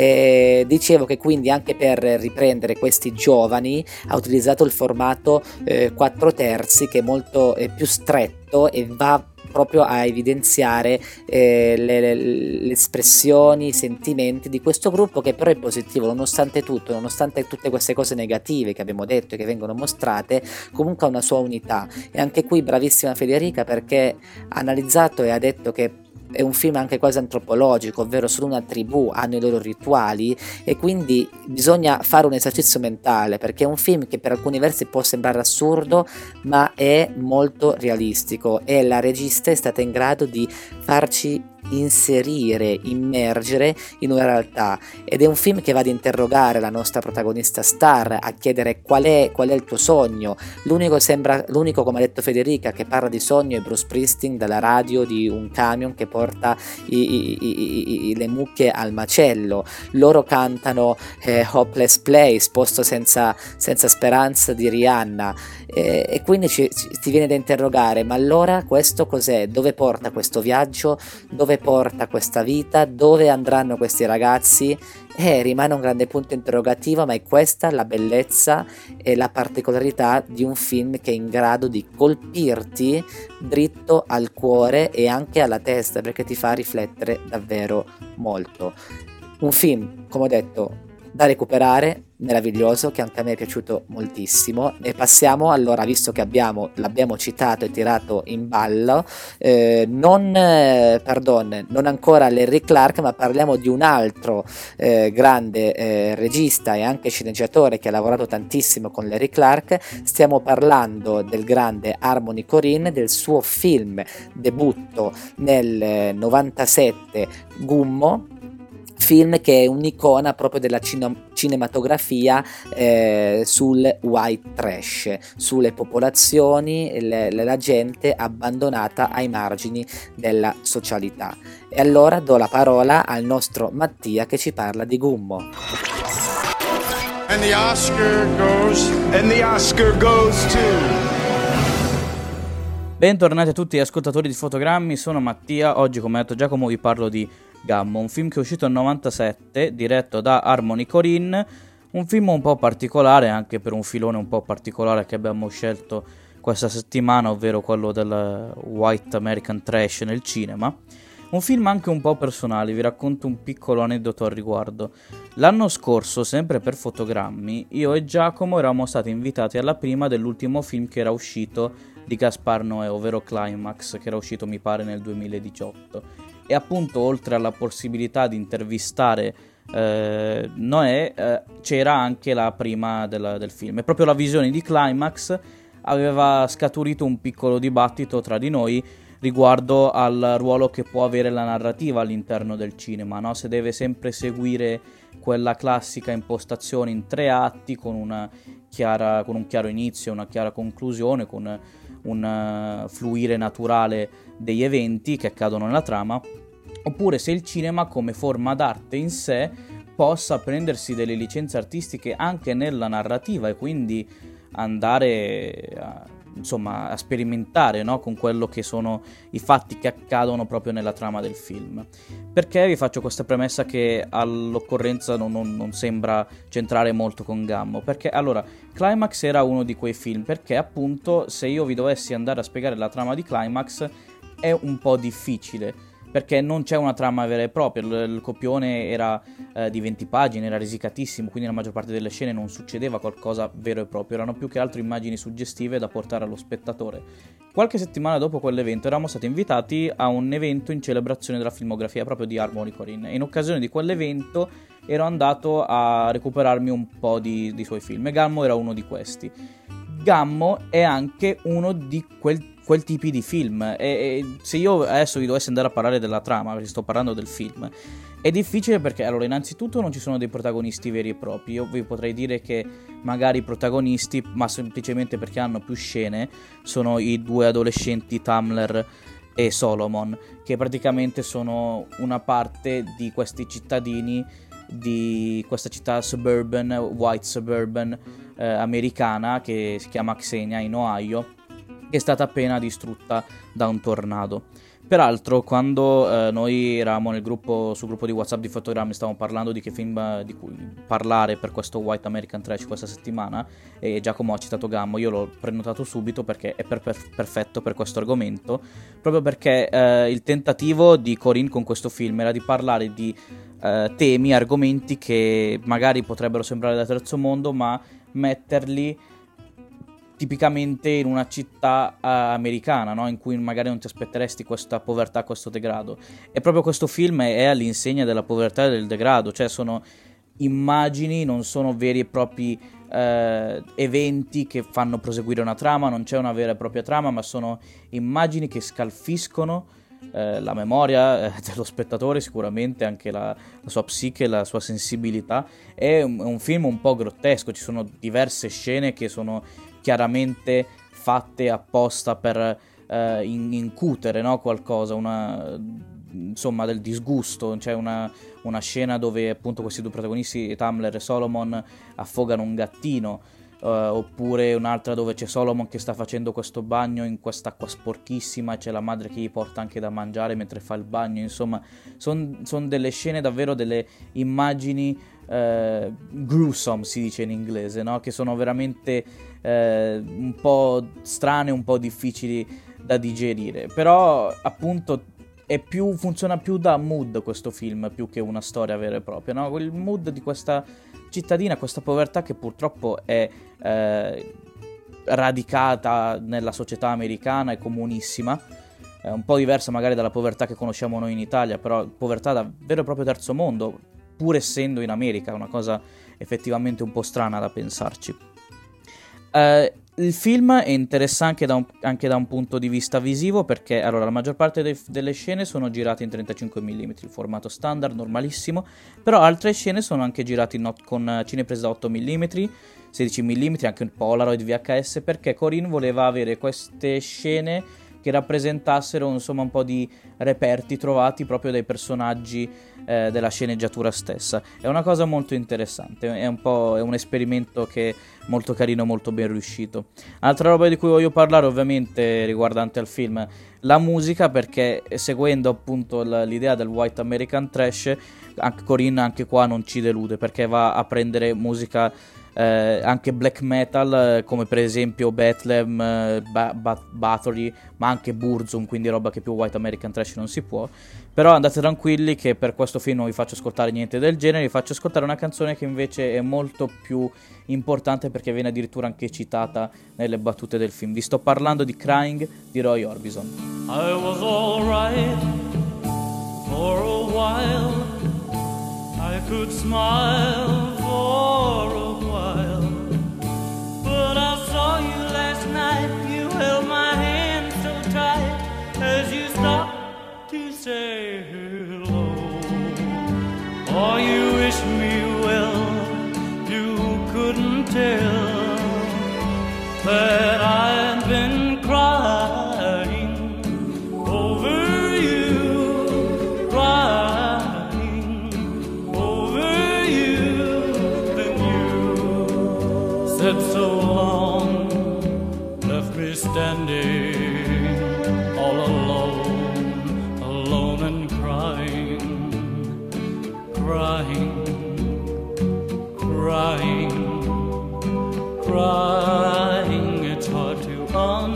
E dicevo che quindi anche per riprendere questi giovani ha utilizzato il formato eh, quattro terzi, che è molto eh, più stretto e va proprio a evidenziare eh, le, le, le espressioni, i sentimenti di questo gruppo, che però è positivo nonostante tutto, nonostante tutte queste cose negative che abbiamo detto e che vengono mostrate, comunque ha una sua unità. E anche qui bravissima Federica, perché ha analizzato e ha detto che è un film anche quasi antropologico, ovvero solo una tribù hanno i loro rituali e quindi bisogna fare un esercizio mentale, perché è un film che per alcuni versi può sembrare assurdo ma è molto realistico e la regista è stata in grado di farci inserire, immergere in una realtà, ed è un film che va ad interrogare la nostra protagonista star, a chiedere qual è, qual è il tuo sogno. L'unico, sembra, l'unico, come ha detto Federica, che parla di sogno è Bruce Springsteen dalla radio di un camion che porta i, i, i, i, le mucche al macello. Loro cantano eh, Hopeless Place, posto senza, senza speranza di Rihanna, eh, e quindi ci, ci, ti viene da interrogare: ma allora questo cos'è? Dove porta questo viaggio? Dove porta questa vita? Dove andranno questi ragazzi? Eh, rimane un grande punto interrogativo, ma è questa la bellezza e la particolarità di un film che è in grado di colpirti dritto al cuore e anche alla testa, perché ti fa riflettere davvero molto. Un film, come ho detto, da recuperare, meraviglioso, che anche a me è piaciuto moltissimo. E passiamo allora, visto che abbiamo, l'abbiamo citato e tirato in ballo, eh, non, eh, pardon, non ancora Larry Clark, ma parliamo di un altro eh, grande eh, regista e anche sceneggiatore che ha lavorato tantissimo con Larry Clark. Stiamo parlando del grande Harmony Korine, del suo film debutto nel novantasette, Gummo, film che è un'icona proprio della cine- cinematografia eh, sul white trash, sulle popolazioni, le, la gente abbandonata ai margini della socialità. E allora do la parola al nostro Mattia che ci parla di Gummo. And the Oscar goes, and the Oscar goes to... Bentornati a tutti gli ascoltatori di Fotogrammi, sono Mattia. Oggi, come ha detto Giacomo, vi parlo di Gummo, un film che è uscito nel novantasette, diretto da Harmony Korine, un film un po' particolare anche per un filone un po' particolare che abbiamo scelto questa settimana, ovvero quello del white American trash nel cinema. Un film anche un po' personale, vi racconto un piccolo aneddoto al riguardo. L'anno scorso, sempre per Fotogrammi, io e Giacomo eravamo stati invitati alla prima dell'ultimo film che era uscito di Gaspar Noè, ovvero Climax, che era uscito mi pare nel duemiladiciotto. E appunto, oltre alla possibilità di intervistare eh, Noè, eh, c'era anche la prima del, del film. E proprio la visione di Climax aveva scaturito un piccolo dibattito tra di noi riguardo al ruolo che può avere la narrativa all'interno del cinema, no? Se deve sempre seguire quella classica impostazione in tre atti con una chiara, con un chiaro inizio, una chiara conclusione, con un uh, fluire naturale degli eventi che accadono nella trama, oppure se il cinema come forma d'arte in sé possa prendersi delle licenze artistiche anche nella narrativa e quindi andare a, insomma, a sperimentare, no, con quello che sono i fatti che accadono proprio nella trama del film. Perché vi faccio questa premessa che all'occorrenza non, non, non sembra centrare molto con Gummo? Perché allora Climax era uno di quei film, perché appunto se io vi dovessi andare a spiegare la trama di Climax è un po' difficile, perché non c'è una trama vera e propria. Il, il copione era eh, di venti pagine, era risicatissimo, quindi la maggior parte delle scene non succedeva qualcosa vero e proprio, erano più che altro immagini suggestive da portare allo spettatore. Qualche settimana dopo quell'evento eravamo stati invitati a un evento in celebrazione della filmografia proprio di Harmony Korine, e in occasione di quell'evento ero andato a recuperarmi un po' di, di suoi film, e Gummo era uno di questi. Gummo è anche uno di quel quel tipi di film, e, e se io adesso vi dovessi andare a parlare della trama, perché sto parlando del film, è difficile perché allora innanzitutto non ci sono dei protagonisti veri e propri. Io vi potrei dire che magari i protagonisti, ma semplicemente perché hanno più scene, sono i due adolescenti Tamler e Solomon, che praticamente sono una parte di questi cittadini di questa città suburban, white suburban eh, americana, che si chiama Xenia in Ohio, che è stata appena distrutta da un tornado. Peraltro, quando eh, noi eravamo nel gruppo, sul gruppo di WhatsApp di Fotogrammi, stavamo parlando di che film eh, di cui parlare per questo White American Trash questa settimana, e Giacomo ha citato Gummo. Io l'ho prenotato subito perché è per, per, perfetto per questo argomento, proprio perché eh, il tentativo di Korine con questo film era di parlare di eh, temi, argomenti che magari potrebbero sembrare da terzo mondo, ma metterli tipicamente in una città uh, americana, no? In cui magari non ti aspetteresti questa povertà, questo degrado. E proprio questo film è all'insegna della povertà e del degrado, cioè sono immagini, non sono veri e propri uh, eventi che fanno proseguire una trama, non c'è una vera e propria trama, ma sono immagini che scalfiscono uh, la memoria uh, dello spettatore, sicuramente anche la, la sua psiche, la sua sensibilità. È un, è un film un po' grottesco, ci sono diverse scene che sono chiaramente fatte apposta per eh, incutere, no, qualcosa, una, insomma, del disgusto. C'è una, una scena dove appunto questi due protagonisti, Tamler e Solomon, affogano un gattino, eh, oppure un'altra dove c'è Solomon che sta facendo questo bagno in quest'acqua sporchissima e c'è la madre che gli porta anche da mangiare mentre fa il bagno. Insomma, sono son delle scene, davvero delle immagini Uh, gruesome, si dice in inglese, no? Che sono veramente uh, un po' strane, un po' difficili da digerire, però appunto è più, funziona più da mood questo film, più che una storia vera e propria, no? Il mood di questa cittadina, questa povertà che purtroppo è uh, radicata nella società americana, è comunissima, è un po' diversa magari dalla povertà che conosciamo noi in Italia, però povertà da vero e proprio terzo mondo, pur essendo in America, una cosa effettivamente un po' strana da pensarci. Uh, il film è interessante da un, anche da un punto di vista visivo, perché allora la maggior parte dei, delle scene sono girate in trentacinque millimetri, formato standard, normalissimo, però altre scene sono anche girate in, con uh, cinepresa otto millimetri, sedici millimetri, anche un Polaroid V H S, perché Korine voleva avere queste scene che rappresentassero insomma un po' di reperti trovati proprio dai personaggi eh, della sceneggiatura stessa. È una cosa molto interessante, è un po' è un esperimento che è molto carino, molto ben riuscito. Altra roba di cui voglio parlare ovviamente riguardante al film, la musica, perché seguendo appunto l'idea del White American Trash, anche Korine anche qua non ci delude, perché va a prendere musica Eh, anche black metal, eh, come per esempio Bethlehem, eh, ba- ba- Bathory, ma anche Burzum, quindi roba che più White American Trash non si può. Però andate tranquilli che per questo film non vi faccio ascoltare niente del genere, vi faccio ascoltare una canzone che invece è molto più importante, perché viene addirittura anche citata nelle battute del film. Vi sto parlando di Crying di Roy Orbison. I was all right for a while. I could smile for a while, but I saw you last night. You held my hand so tight as you stopped to say hello. Oh, you wish me well. You couldn't tell that I've been crying crying, crying, crying. It's hard to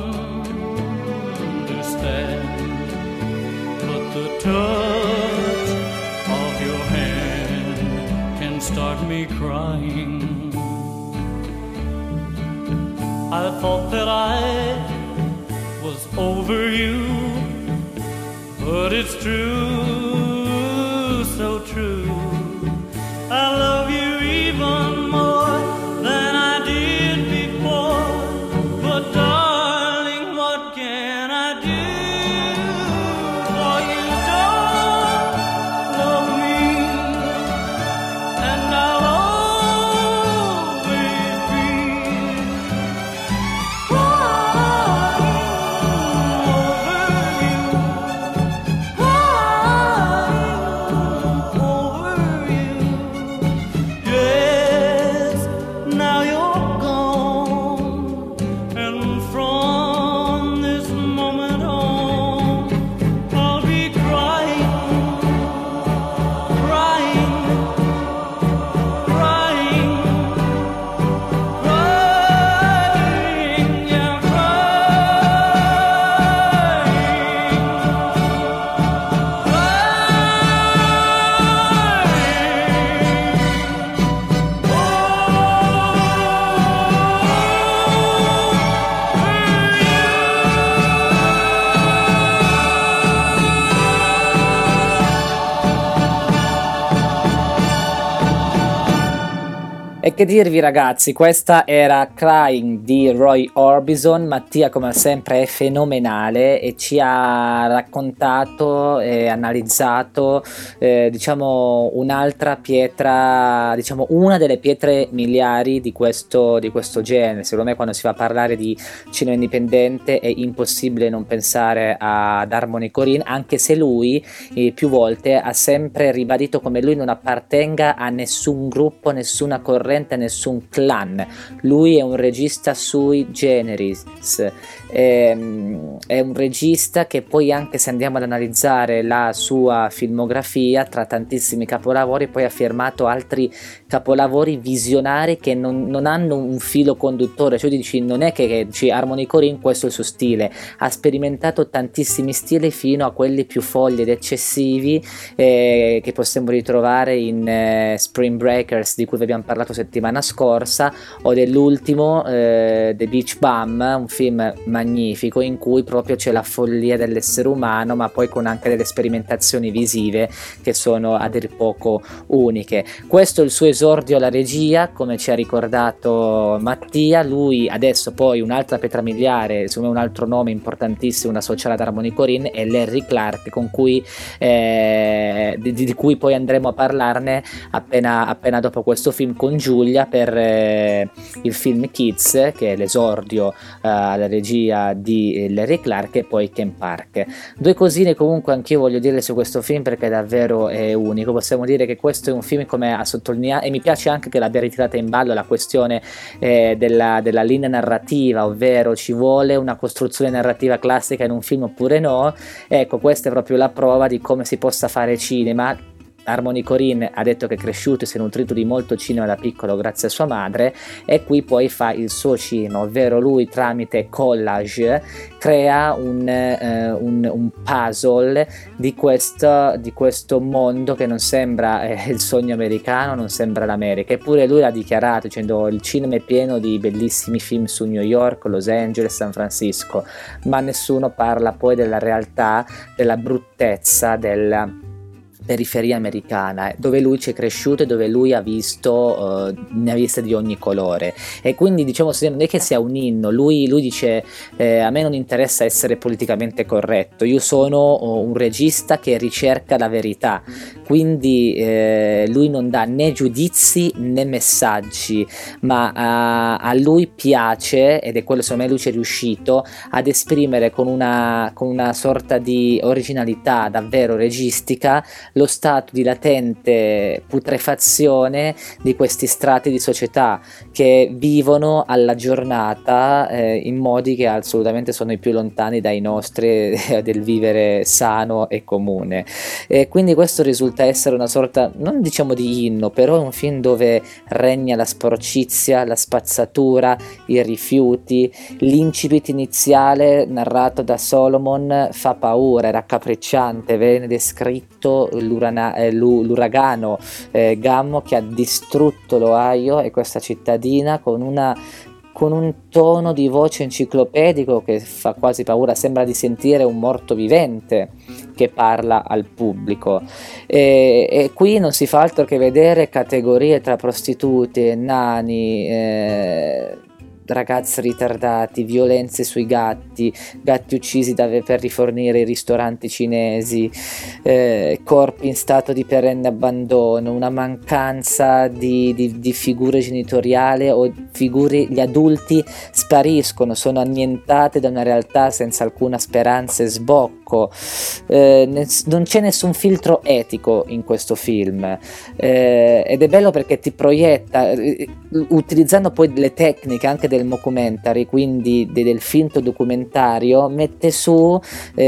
understand, but the touch of your hand can start me crying. I thought that I was over you, but it's true, so true. I love you even more than I did before, but darling, what can I do? For you don't love me, and I'll always be E che dirvi ragazzi, questa era Crying di Roy Orbison. Mattia come sempre è fenomenale e ci ha raccontato e analizzato eh, diciamo un'altra pietra, diciamo una delle pietre miliari di questo, di questo genere. Secondo me quando si va a parlare di cinema indipendente è impossibile non pensare ad Harmony Korine, anche se lui eh, più volte ha sempre ribadito come lui non appartenga a nessun gruppo, nessuna corrente, nessun clan. Lui è un regista sui generis, è, è un regista che poi, anche se andiamo ad analizzare la sua filmografia, tra tantissimi capolavori poi ha firmato altri capolavori visionari che non, non hanno un filo conduttore, cioè dici non è che, che dici Harmony Korine questo è il suo stile, ha sperimentato tantissimi stili fino a quelli più folli ed eccessivi eh, che possiamo ritrovare in eh, Spring Breakers, di cui vi abbiamo parlato settimana scorsa, o dell'ultimo eh, The Beach Bum, un film magnifico in cui proprio c'è la follia dell'essere umano, ma poi con anche delle sperimentazioni visive che sono a dir poco uniche. Questo è il suo esordio alla regia, come ci ha ricordato Mattia. Lui adesso poi un'altra pietra miliare, insomma un altro nome importantissimo da associare ad Harmony Korine è Larry Clark, con cui eh, di, di cui poi andremo a parlarne appena, appena dopo questo film con Giulia per eh, il film Kids, che è l'esordio eh, alla regia di eh, Larry Clark, e poi Ken Park. Due cosine comunque anch'io voglio dire su questo film perché davvero è unico. Possiamo dire che questo è un film, come ha sottolineato, e mi piace anche che l'abbia ritirata in ballo la questione eh, della, della linea narrativa, ovvero ci vuole una costruzione narrativa classica in un film oppure no. Ecco, questa è proprio la prova di come si possa fare cinema. Harmony Korine ha detto che è cresciuto e si è nutrito di molto cinema da piccolo grazie a sua madre, e qui poi fa il suo cinema, ovvero lui tramite collage crea un, eh, un, un puzzle di questo, di questo mondo che non sembra eh, il sogno americano, non sembra l'America. Eppure lui l'ha dichiarato dicendo: il cinema è pieno di bellissimi film su New York, Los Angeles, San Francisco, ma nessuno parla poi della realtà, della bruttezza, della periferia americana, dove lui ci è cresciuto e dove lui ha visto, uh, ne ha viste di ogni colore. E quindi diciamo non è che sia un inno, lui, lui dice eh, a me non interessa essere politicamente corretto, io sono uh, un regista che ricerca la verità, quindi eh, lui non dà né giudizi né messaggi, ma uh, a lui piace, ed è quello secondo me lui ci è riuscito ad esprimere con una, con una sorta di originalità davvero registica lo stato di latente putrefazione di questi strati di società che vivono alla giornata eh, in modi che assolutamente sono i più lontani dai nostri del vivere sano e comune. E quindi questo risulta essere una sorta, non diciamo di inno, però è un film dove regna la sporcizia, la spazzatura, i rifiuti. L'incipit iniziale narrato da Solomon fa paura, è raccapricciante, viene descritto l'urana, eh, l'uragano eh, Gammo che ha distrutto l'Ohio e questa cittadina con una con un tono di voce enciclopedico che fa quasi paura, sembra di sentire un morto vivente che parla al pubblico. E, e qui non si fa altro che vedere categorie tra prostitute, nani, eh, ragazzi ritardati, violenze sui gatti, gatti uccisi da, per rifornire i ristoranti cinesi, eh, corpi in stato di perenne abbandono, una mancanza di, di, di figure genitoriali o figure, gli adulti spariscono, sono annientate da una realtà senza alcuna speranza e sbocco. Eh, ness- non c'è nessun filtro etico in questo film eh, ed è bello perché ti proietta eh, utilizzando poi le tecniche anche del mockumentary, quindi de- del finto documentario, mette su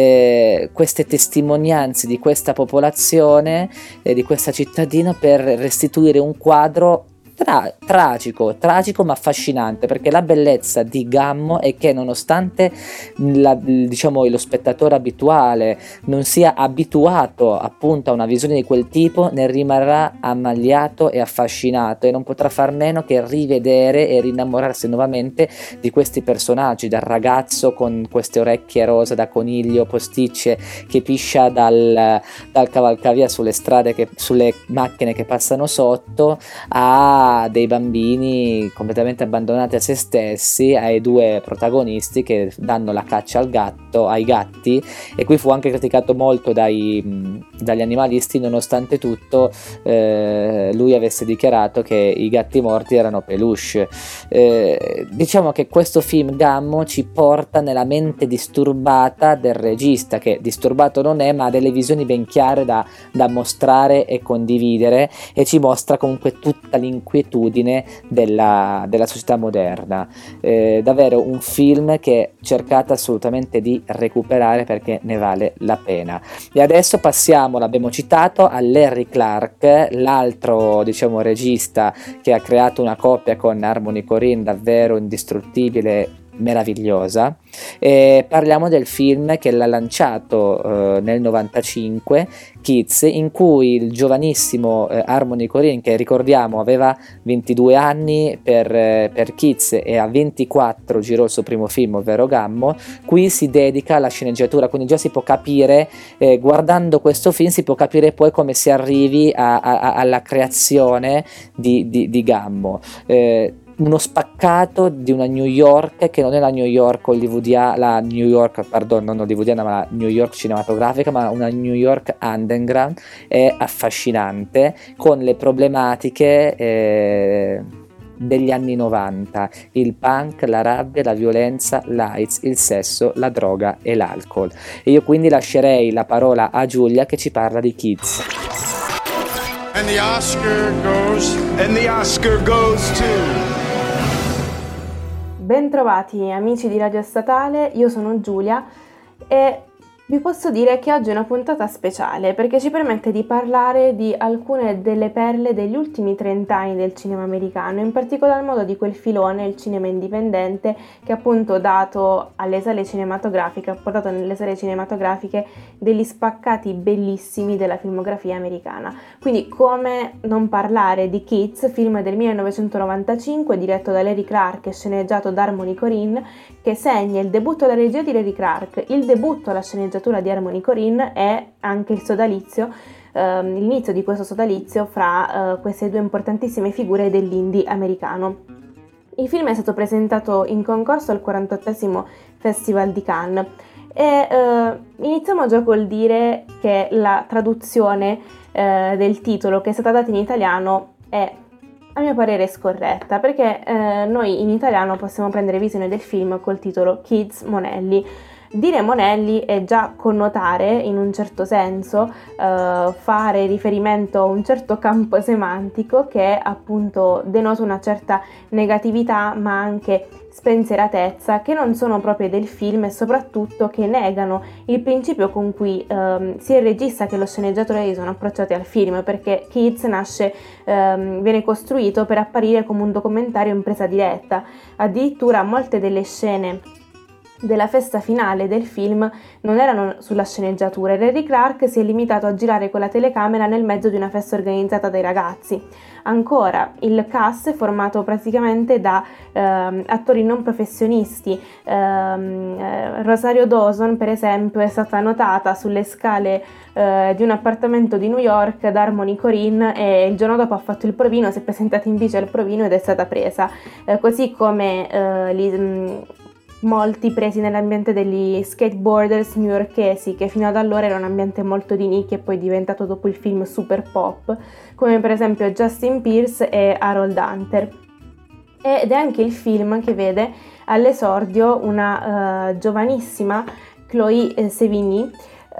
eh, queste testimonianze di questa popolazione e eh, di questa cittadina per restituire un quadro Tra- tragico, tragico ma affascinante, perché la bellezza di Gammo è che nonostante la, diciamo, lo spettatore abituale non sia abituato appunto a una visione di quel tipo, ne rimarrà ammaliato e affascinato e non potrà far meno che rivedere e rinnamorarsi nuovamente di questi personaggi, dal ragazzo con queste orecchie rosa da coniglio posticce che piscia dal, dal cavalcavia sulle strade, che, sulle macchine che passano sotto, a dei bambini completamente abbandonati a se stessi, ai due protagonisti che danno la caccia al gatto, ai gatti, e qui fu anche criticato molto dai, dagli animalisti, nonostante tutto eh, lui avesse dichiarato che i gatti morti erano peluche. Eh, diciamo che questo film Gammo ci porta nella mente disturbata del regista, che disturbato non è, ma ha delle visioni ben chiare da, da mostrare e condividere, e ci mostra comunque tutta l'inquietudine della, della società moderna. Eh, davvero un film che cercate assolutamente di recuperare perché ne vale la pena. E adesso passiamo, l'abbiamo citato, a Larry Clark, l'altro diciamo regista che ha creato una coppia con Harmony Korine davvero indistruttibile, meravigliosa. E parliamo del film che l'ha lanciato eh, nel novantacinque, Kids, in cui il giovanissimo eh, Harmony Korine, che ricordiamo aveva ventidue anni per, eh, per Kids e a ventiquattro girò il suo primo film, ovvero Gammo, qui si dedica alla sceneggiatura, quindi già si può capire, eh, guardando questo film si può capire poi come si arrivi a, a, alla creazione di, di, di Gammo. Eh, uno spaccato di una New York che non è la New York hollywoodiana, la New York, pardon, non hollywoodiana, ma la New York cinematografica, ma una New York underground, è affascinante, con le problematiche eh, degli anni novanta, il punk, la rabbia, la violenza, l'AIDS, il sesso, la droga e l'alcol. E io quindi lascerei la parola a Giulia che ci parla di Kids. And the Oscar goes, and the Oscar goes to... Bentrovati amici di Radio Statale, io sono Giulia e vi posso dire che oggi è una puntata speciale perché ci permette di parlare di alcune delle perle degli ultimi trent'anni del cinema americano, in particolar modo di quel filone, il cinema indipendente, che appunto ha dato alle sale cinematografiche, ha portato nelle sale cinematografiche degli spaccati bellissimi della filmografia americana. Quindi come non parlare di Kids, film del millenovecentonovantacinque diretto da Larry Clark e sceneggiato da Harmony Korine, che segna il debutto alla regia di Larry Clark, il debutto alla sceneggiatura di Harmony Korine e anche il sodalizio, ehm, l'inizio di questo sodalizio fra eh, queste due importantissime figure dell'indie americano. Il film è stato presentato in concorso al quarantottesimo Festival di Cannes e eh, iniziamo già col dire che la traduzione eh, del titolo che è stata data in italiano è, a mio parere, scorretta, perché eh, noi in italiano possiamo prendere visione del film col titolo Kids Monelli. Dire monelli è già connotare, in un certo senso, eh, fare riferimento a un certo campo semantico che appunto denota una certa negatività, ma anche spensieratezza, che non sono proprie del film e soprattutto che negano il principio con cui ehm, sia il regista che lo sceneggiatore si sono approcciati al film, perché Kids nasce, ehm, viene costruito per apparire come un documentario in presa diretta. Addirittura molte delle scene della festa finale del film non erano sulla sceneggiatura e Larry Clark si è limitato a girare con la telecamera nel mezzo di una festa organizzata dai ragazzi. Ancora, il cast è formato praticamente da ehm, attori non professionisti. Ehm, eh, Rosario Dawson, per esempio, è stata notata sulle scale eh, di un appartamento di New York da Harmony Korine e il giorno dopo ha fatto il provino, si è presentata in bici al provino ed è stata presa. Eh, così come eh, li, mh, molti presi nell'ambiente degli skateboarders newyorkesi, che fino ad allora era un ambiente molto di nicchia e poi è diventato dopo il film super pop, come per esempio Justin Pierce e Harold Hunter. Ed è anche il film che vede all'esordio una uh, giovanissima Chloe Sevigny,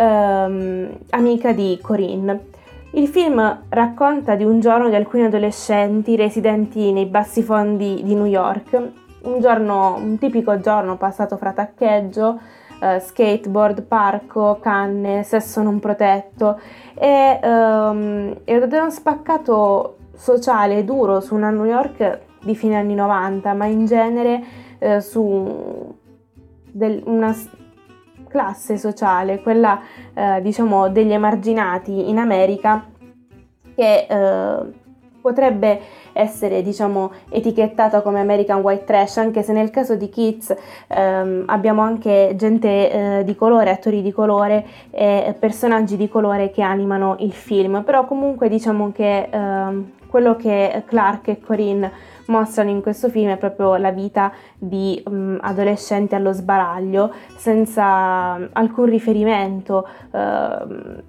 um, amica di Corinne. Il film racconta di un giorno di alcuni adolescenti residenti nei bassifondi di New York. Un giorno, un tipico giorno passato fra taccheggio, eh, skateboard, parco, canne, sesso non protetto e um, ed è uno spaccato sociale duro su una New York di fine anni novanta, ma in genere eh, su del, una classe sociale, quella eh, diciamo degli emarginati in America, che eh, potrebbe essere diciamo etichettata come American White Trash, anche se nel caso di Kids ehm, abbiamo anche gente eh, di colore, attori di colore e personaggi di colore che animano il film, però comunque diciamo che ehm, quello che Clark e Corinne mostrano in questo film è proprio la vita di um, adolescenti allo sbaraglio, senza alcun riferimento, uh,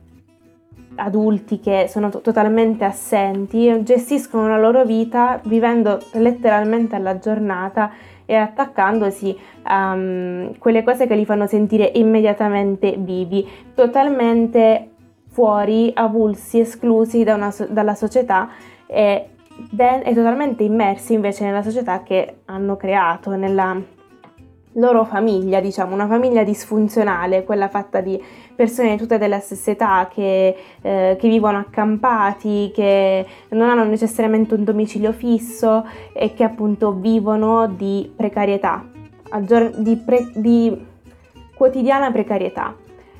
adulti che sono to- totalmente assenti, gestiscono la loro vita vivendo letteralmente alla giornata e attaccandosi a um, quelle cose che li fanno sentire immediatamente vivi, totalmente fuori, avulsi, esclusi da una so- dalla società e, de- e totalmente immersi invece nella società che hanno creato, nella loro famiglia, diciamo, una famiglia disfunzionale, quella fatta di persone tutte della stessa età che, eh, che vivono accampati, che non hanno necessariamente un domicilio fisso e che appunto vivono di precarietà, di, pre- di quotidiana precarietà.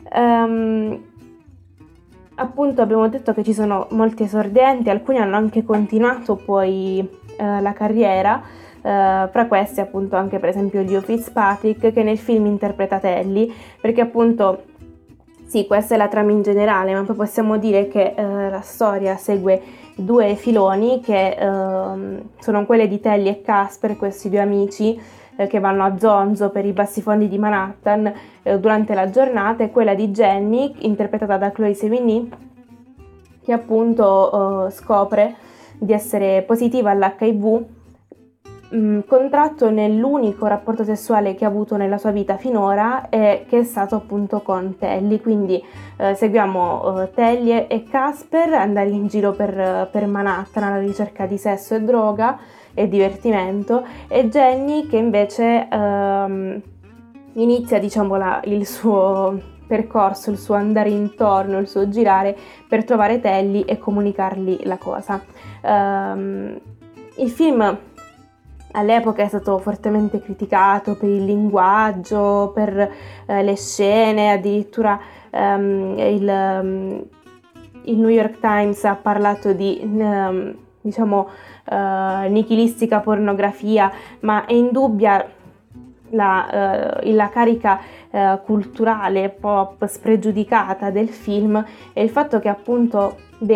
Um, appunto abbiamo detto che ci sono molti esordienti, alcuni hanno anche continuato poi eh, la carriera. Uh, fra questi appunto anche per esempio Leo Fitzpatrick, che nel film interpreta Telly, perché appunto sì, questa è la trama in generale, ma poi possiamo dire che uh, la storia segue due filoni che uh, sono quelle di Telly e Casper, questi due amici uh, che vanno a zonzo per i bassifondi di Manhattan uh, durante la giornata, e quella di Jenny, interpretata da Chloe Sevigny, che appunto uh, scopre di essere positiva all'H I V, contratto nell'unico rapporto sessuale che ha avuto nella sua vita finora, e che è stato appunto con Telly. Quindi eh, seguiamo eh, Telly e Casper andare in giro per, per Manhattan alla ricerca di sesso e droga e divertimento, e Jenny che invece ehm, inizia diciamo la, il suo percorso, il suo andare intorno, il suo girare per trovare Telly e comunicargli la cosa. Um, il film all'epoca è stato fortemente criticato per il linguaggio, per eh, le scene, addirittura um, il, um, il New York Times ha parlato di um, diciamo uh, nichilistica pornografia, ma è indubbia la, uh, la carica uh, culturale pop spregiudicata del film e il fatto che appunto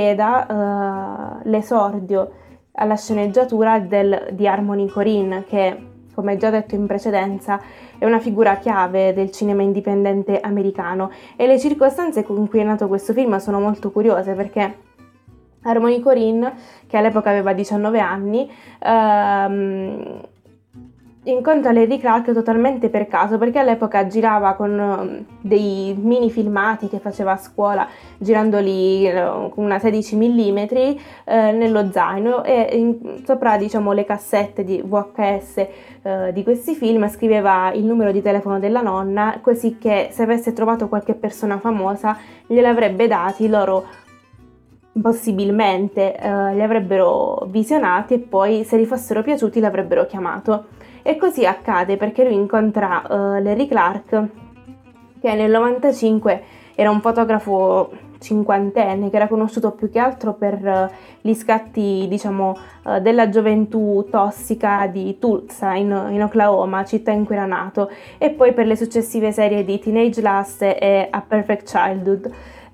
veda uh, l'esordio alla sceneggiatura del, di Harmony Korine, che, come già detto in precedenza, è una figura chiave del cinema indipendente americano, e le circostanze con cui è nato questo film sono molto curiose, perché Harmony Korine, che all'epoca aveva diciannove anni, ehm, incontra Larry Clark totalmente per caso, perché all'epoca girava con um, dei mini filmati che faceva a scuola, girandoli uh, con una sedici millimetri eh, nello zaino, e in, sopra, diciamo, le cassette di V H S uh, di questi film scriveva il numero di telefono della nonna, così che se avesse trovato qualche persona famosa gliel'avrebbe dati, loro possibilmente uh, li avrebbero visionati e poi, se gli fossero piaciuti, l'avrebbero chiamato. E così accade, perché lui incontra uh, Larry Clark, che nel novantacinque era un fotografo cinquantenne che era conosciuto più che altro per uh, gli scatti, diciamo, uh, della gioventù tossica di Tulsa in, in Oklahoma, città in cui era nato, e poi per le successive serie di Teenage Lust e A Perfect Childhood.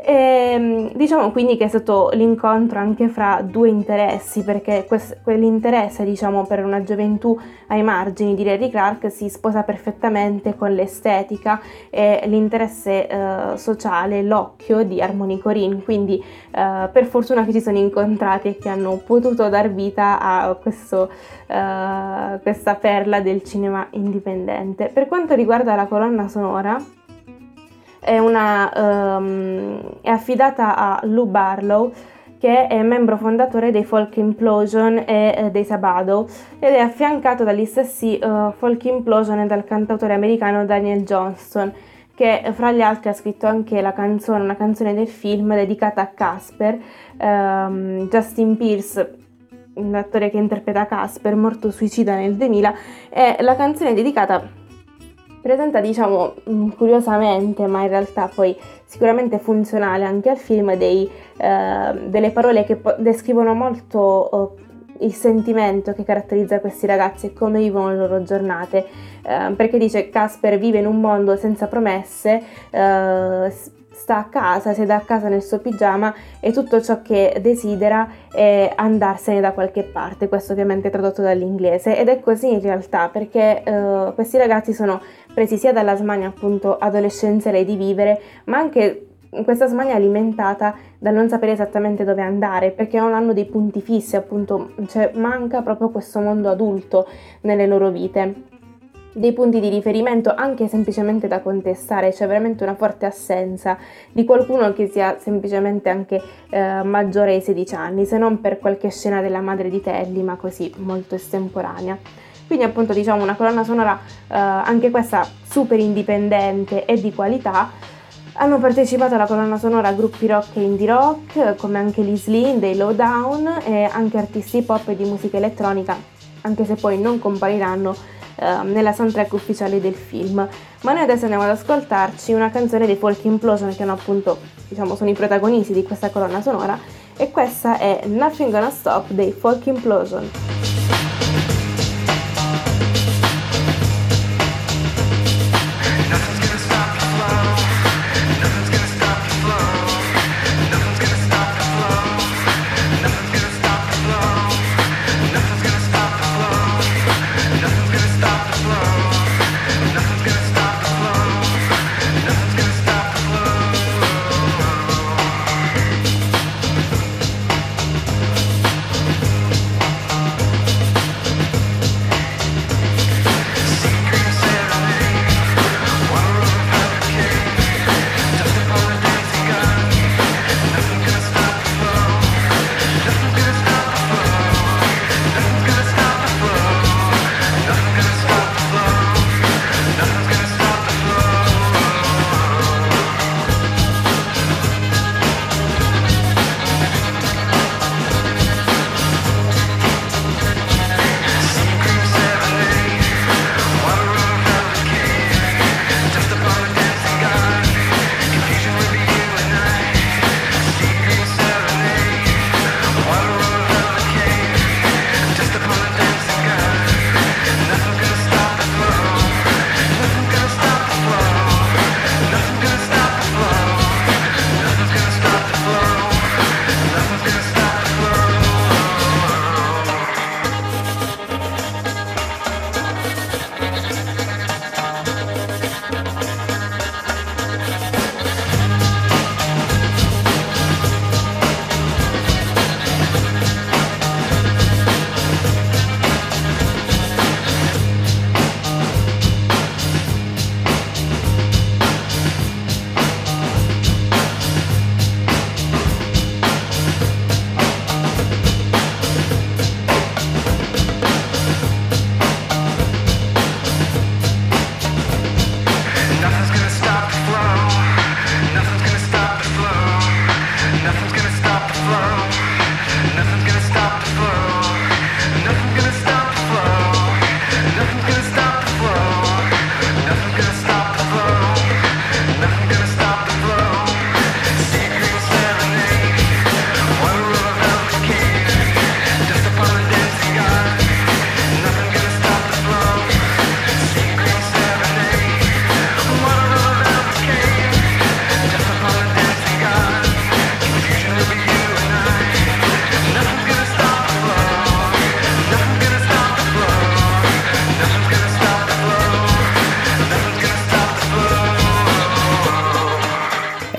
E, diciamo quindi che è stato l'incontro anche fra due interessi, perché quest- quell'interesse, diciamo, per una gioventù ai margini di Larry Clark si sposa perfettamente con l'estetica e l'interesse eh, sociale, l'occhio di Harmony Korine, quindi eh, per fortuna che ci sono incontrati e che hanno potuto dar vita a questo, eh, questa perla del cinema indipendente. Per quanto riguarda la colonna sonora, È, una, um, è affidata a Lou Barlow, che è membro fondatore dei Folk Implosion e eh, dei Sabado, ed è affiancato dagli stessi uh, Folk Implosion e dal cantautore americano Daniel Johnston, che fra gli altri ha scritto anche la canzone, una canzone del film dedicata a Casper. um, Justin Pierce, l'attore che interpreta Casper, morto suicida nel duemila, e la canzone è dedicata, presenta, diciamo, curiosamente, ma in realtà poi sicuramente funzionale anche al film, dei, eh, delle parole che po- descrivono molto eh, il sentimento che caratterizza questi ragazzi e come vivono le loro giornate, eh, perché dice: Casper vive in un mondo senza promesse, eh, sta a casa, siede a casa nel suo pigiama e tutto ciò che desidera è andarsene da qualche parte. Questo ovviamente tradotto dall'inglese, ed è così in realtà, perché eh, questi ragazzi sono presi sia dalla smania, appunto, adolescenziale di vivere, ma anche questa smania alimentata dal non sapere esattamente dove andare, perché non hanno dei punti fissi, appunto, cioè manca proprio questo mondo adulto nelle loro vite, dei punti di riferimento anche semplicemente da contestare. C'è veramente una forte assenza di qualcuno che sia semplicemente anche eh, maggiore ai sedici anni, se non per qualche scena della madre di Telly, ma così molto estemporanea. Quindi, appunto, diciamo, una colonna sonora eh, anche questa super indipendente e di qualità. Hanno partecipato alla colonna sonora gruppi rock e indie rock, come anche Liz Lee dei Lowdown, e anche artisti pop e di musica elettronica, anche se poi non compariranno eh, nella soundtrack ufficiale del film. Ma noi adesso andiamo ad ascoltarci una canzone dei Folk Implosion, che hanno, appunto, diciamo, sono i protagonisti di questa colonna sonora, e questa è Nothing Gonna Stop dei Folk Implosion. Nothing's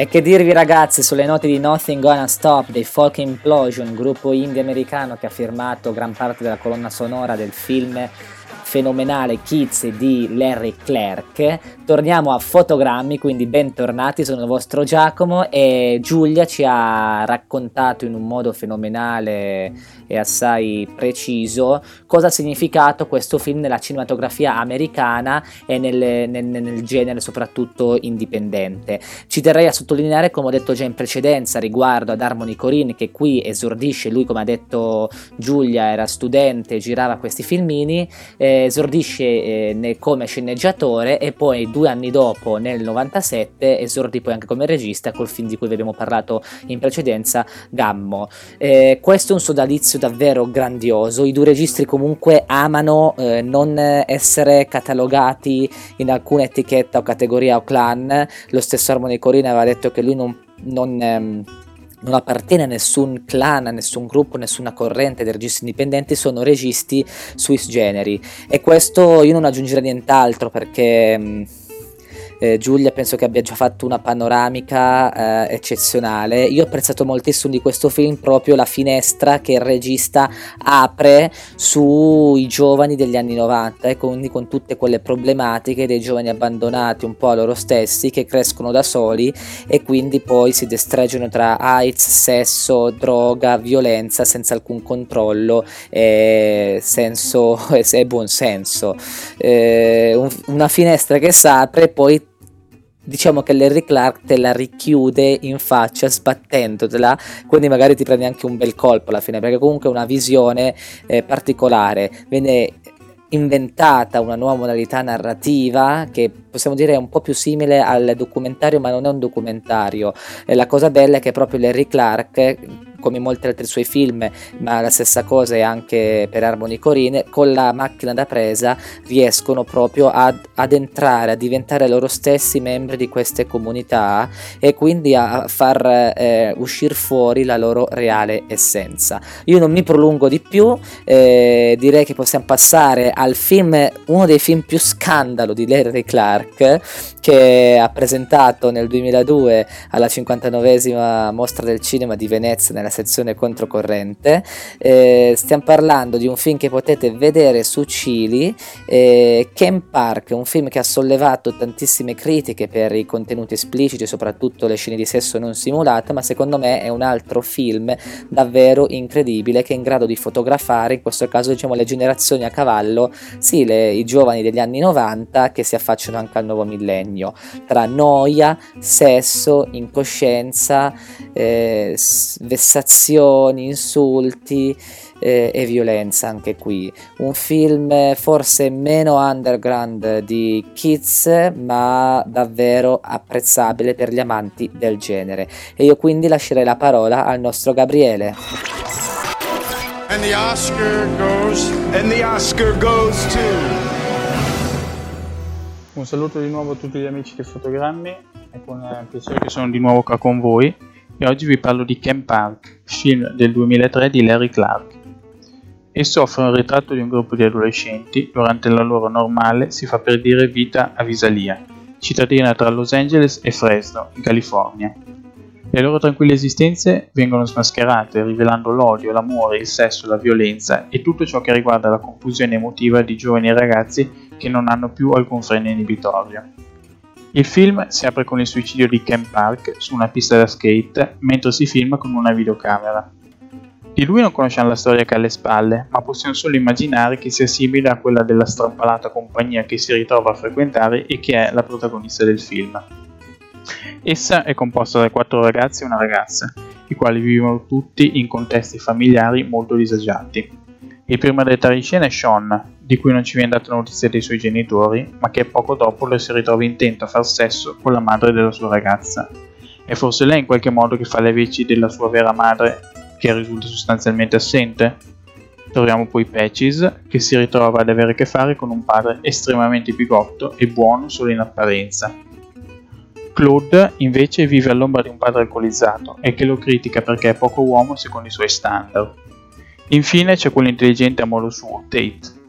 E che dirvi ragazzi sulle note di Nothing Gonna Stop dei Folk Implosion, gruppo indie americano che ha firmato gran parte della colonna sonora del film fenomenale Kids di Larry Clark. Torniamo a Fotogrammi, quindi bentornati, sono il vostro Giacomo e Giulia ci ha raccontato in un modo fenomenale e assai preciso cosa ha significato questo film nella cinematografia americana e nel, nel, nel genere soprattutto indipendente. Ci terrei a sottolineare, come ho detto già in precedenza, riguardo ad Harmony Korine, che qui esordisce, lui come ha detto Giulia era studente, girava questi filmini, eh, esordisce eh, ne, come sceneggiatore e poi due anni dopo, nel novantasette, esordì poi anche come regista col film di cui vi abbiamo parlato in precedenza, Gammo. Eh, questo è un sodalizio davvero grandioso. I due registri comunque amano eh, non essere catalogati in alcuna etichetta o categoria o clan. Lo stesso Harmony Korine aveva detto che lui non, non ehm, non appartiene a nessun clan, a nessun gruppo, nessuna corrente dei registi indipendenti, sono registi sui generi. E questo io non aggiungerei nient'altro, perché mh, eh, Giulia penso che abbia già fatto una panoramica eh, eccezionale. Io ho apprezzato moltissimo di questo film proprio la finestra che il regista apre sui giovani degli anni novanta, e quindi con tutte quelle problematiche dei giovani abbandonati un po' a loro stessi, che crescono da soli e quindi poi si destreggiano tra AIDS, sesso, droga, violenza senza alcun controllo e senso e buon senso. Eh, un, una finestra che si apre e poi diciamo che Larry Clark te la richiude in faccia sbattendotela, quindi magari ti prendi anche un bel colpo alla fine, perché comunque è una visione eh, particolare. Viene inventata una nuova modalità narrativa che possiamo dire è un po' più simile al documentario, ma non è un documentario. E la cosa bella è che proprio Larry Clark, come in molti altri suoi film, ma la stessa cosa è anche per Harmony Korine, con la macchina da presa riescono proprio ad, ad entrare, a diventare loro stessi membri di queste comunità e quindi a far eh, uscire fuori la loro reale essenza. Io non mi prolungo di più, eh, direi che possiamo passare al film, uno dei film più scandalo di Larry Clark, che ha presentato nel duemiladue alla cinquantanovesima Mostra del Cinema di Venezia nella sezione controcorrente. Eh, stiamo parlando di un film che potete vedere su Cili, eh, Ken Park, un film che ha sollevato tantissime critiche per i contenuti espliciti, soprattutto le scene di sesso non simulate, ma secondo me è un altro film davvero incredibile che è in grado di fotografare, in questo caso diciamo le generazioni a cavallo, sì, le, i giovani degli anni novanta che si affacciano anche al nuovo millennio, tra noia, sesso, incoscienza, eh, vessazioni, insulti eh, e violenza anche qui. Un film forse meno underground di Kids, ma davvero apprezzabile per gli amanti del genere. E io quindi lascerei la parola al nostro Gabriele. And the Oscar goes, and the Oscar goes to... Un saluto di nuovo a tutti gli amici di Fotogrammi, è con piacere che sono di nuovo qua con voi e oggi vi parlo di Ken Park, film del duemilatré di Larry Clark. Esso offre un ritratto di un gruppo di adolescenti durante la loro normale, si fa per dire, vita a Visalia, cittadina tra Los Angeles e Fresno, in California. Le loro tranquille esistenze vengono smascherate, rivelando l'odio, l'amore, il sesso, la violenza e tutto ciò che riguarda la confusione emotiva di giovani ragazzi che non hanno più alcun freno inibitorio. Il film si apre con il suicidio di Ken Park su una pista da skate mentre si filma con una videocamera. Di lui non conosciamo la storia che ha alle spalle, ma possiamo solo immaginare che sia simile a quella della strampalata compagnia che si ritrova a frequentare e che è la protagonista del film. Essa è composta da quattro ragazzi e una ragazza, i quali vivono tutti in contesti familiari molto disagiati. Il primo ad entrare in scena è Sean, di cui non ci viene data notizia dei suoi genitori, ma che poco dopo lo si ritrova intento a far sesso con la madre della sua ragazza. È forse lei in qualche modo che fa le veci della sua vera madre, che risulta sostanzialmente assente? Troviamo poi Patches, che si ritrova ad avere a che fare con un padre estremamente bigotto e buono solo in apparenza. Claude invece vive all'ombra di un padre alcolizzato e che lo critica perché è poco uomo secondo i suoi standard. Infine c'è quell'intelligente a modo suo, Tate.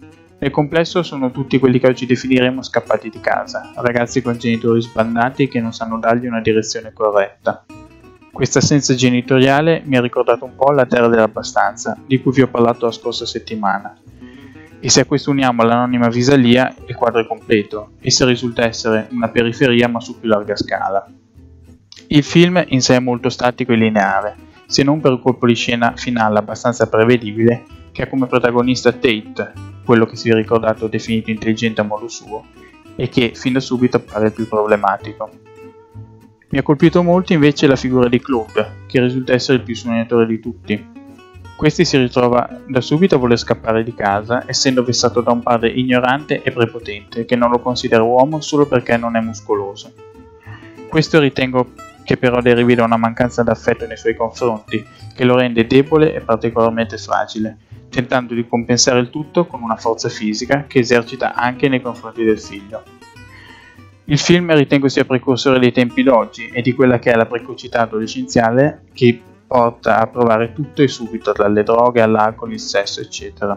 Nel complesso sono tutti quelli che oggi definiremo scappati di casa, ragazzi con genitori sbandati che non sanno dargli una direzione corretta. Questa assenza genitoriale mi ha ricordato un po' La Terra dell'Abbastanza, di cui vi ho parlato la scorsa settimana. E se a questo uniamo l'anonima Visalia, il quadro è completo, essa risulta essere una periferia ma su più larga scala. Il film in sé è molto statico e lineare, se non per un colpo di scena finale abbastanza prevedibile, che ha come protagonista Tate, quello che si è ricordato definito intelligente a modo suo, e che fin da subito appare il più problematico. Mi ha colpito molto invece la figura di Claude, che risulta essere il più sognatore di tutti. Questi si ritrova da subito a voler scappare di casa, essendo vessato da un padre ignorante e prepotente, che non lo considera uomo solo perché non è muscoloso. Questo ritengo che però derivi da una mancanza d'affetto nei suoi confronti, che lo rende debole e particolarmente fragile, tentando di compensare il tutto con una forza fisica che esercita anche nei confronti del figlio. Il film ritengo sia precursore dei tempi d'oggi e di quella che è la precocità adolescenziale che porta a provare tutto e subito, dalle droghe all'alcol, il sesso, eccetera.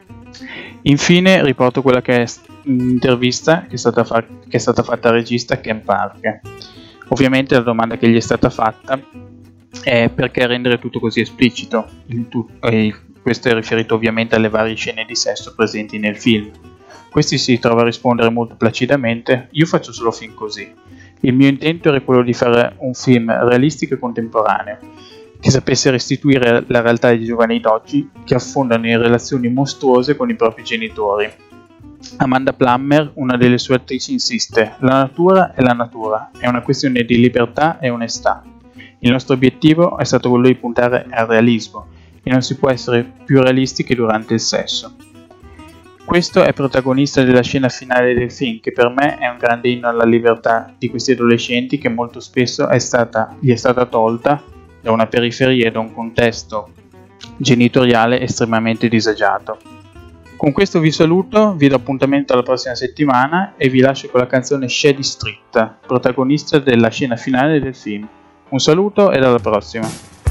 Infine riporto quella che è un'intervista che è stata, fa- che è stata fatta al regista Ken Park. Ovviamente la domanda che gli è stata fatta è perché rendere tutto così esplicito. Il tu- eh, questo è riferito ovviamente alle varie scene di sesso presenti nel film. Questi si trova a rispondere molto placidamente: io faccio solo film così. Il mio intento era quello di fare un film realistico e contemporaneo, che sapesse restituire la realtà dei giovani d'oggi che affondano in relazioni mostruose con i propri genitori. Amanda Plummer, una delle sue attrici, insiste: la natura è la natura, è una questione di libertà e onestà. Il nostro obiettivo è stato quello di puntare al realismo, e non si può essere più realisti che durante il sesso. Questo è protagonista della scena finale del film, che per me è un grande inno alla libertà di questi adolescenti che molto spesso è stata, gli è stata tolta da una periferia e da un contesto genitoriale estremamente disagiato. Con questo vi saluto, vi do appuntamento alla prossima settimana e vi lascio con la canzone Shady Street, protagonista della scena finale del film. Un saluto e alla prossima!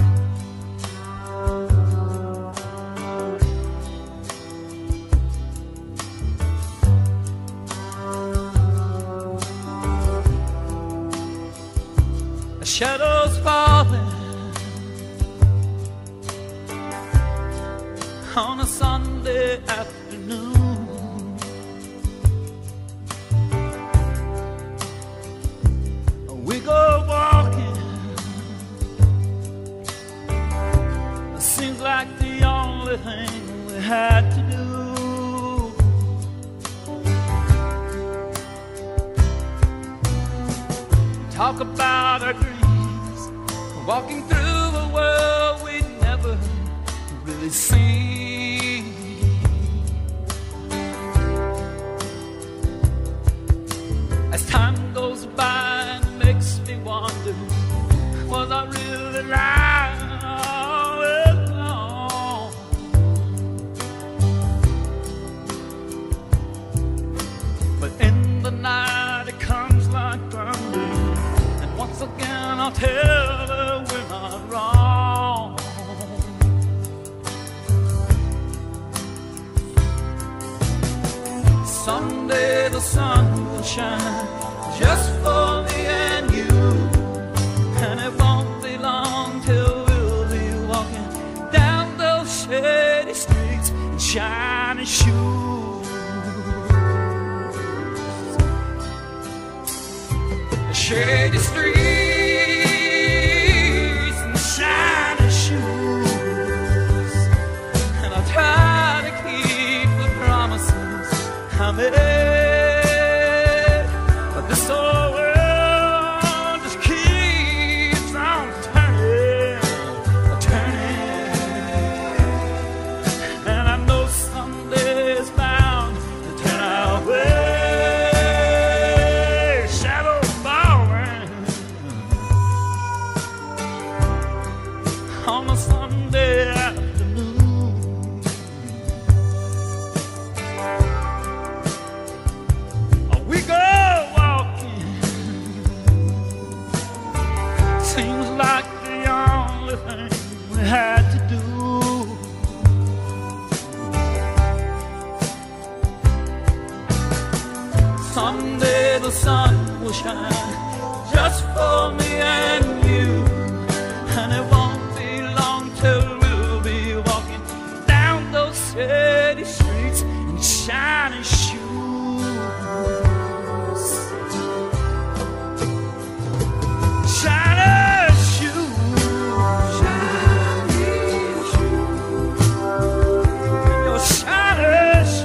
Shadows falling on a Sunday afternoon. We go walking. It seems like the only thing we had to do. Talk about our dreams, walking through a world we'd never really seen. As time goes by, it makes me wonder, was I really lying all along? But in the night it comes like thunder, and once again I'll tell her we're not wrong. Someday the sun will shine just for me and you, and it won't be long till we'll be walking down those shady streets in shiny shoes. Shady streets and shiny shoes, and I'll try to keep the promises I made, but this whole world just keeps on turning, turning, and I know someday it's bound to turn our way. Shadow falling on a Sunday afternoon. We go walking, seems like the only thing we had to do. sunshine just for me and you. And it won't be long till we'll be walking down those city streets in shiny shoes. Shiny shoes. Shiny shoes. Your shiny shoes.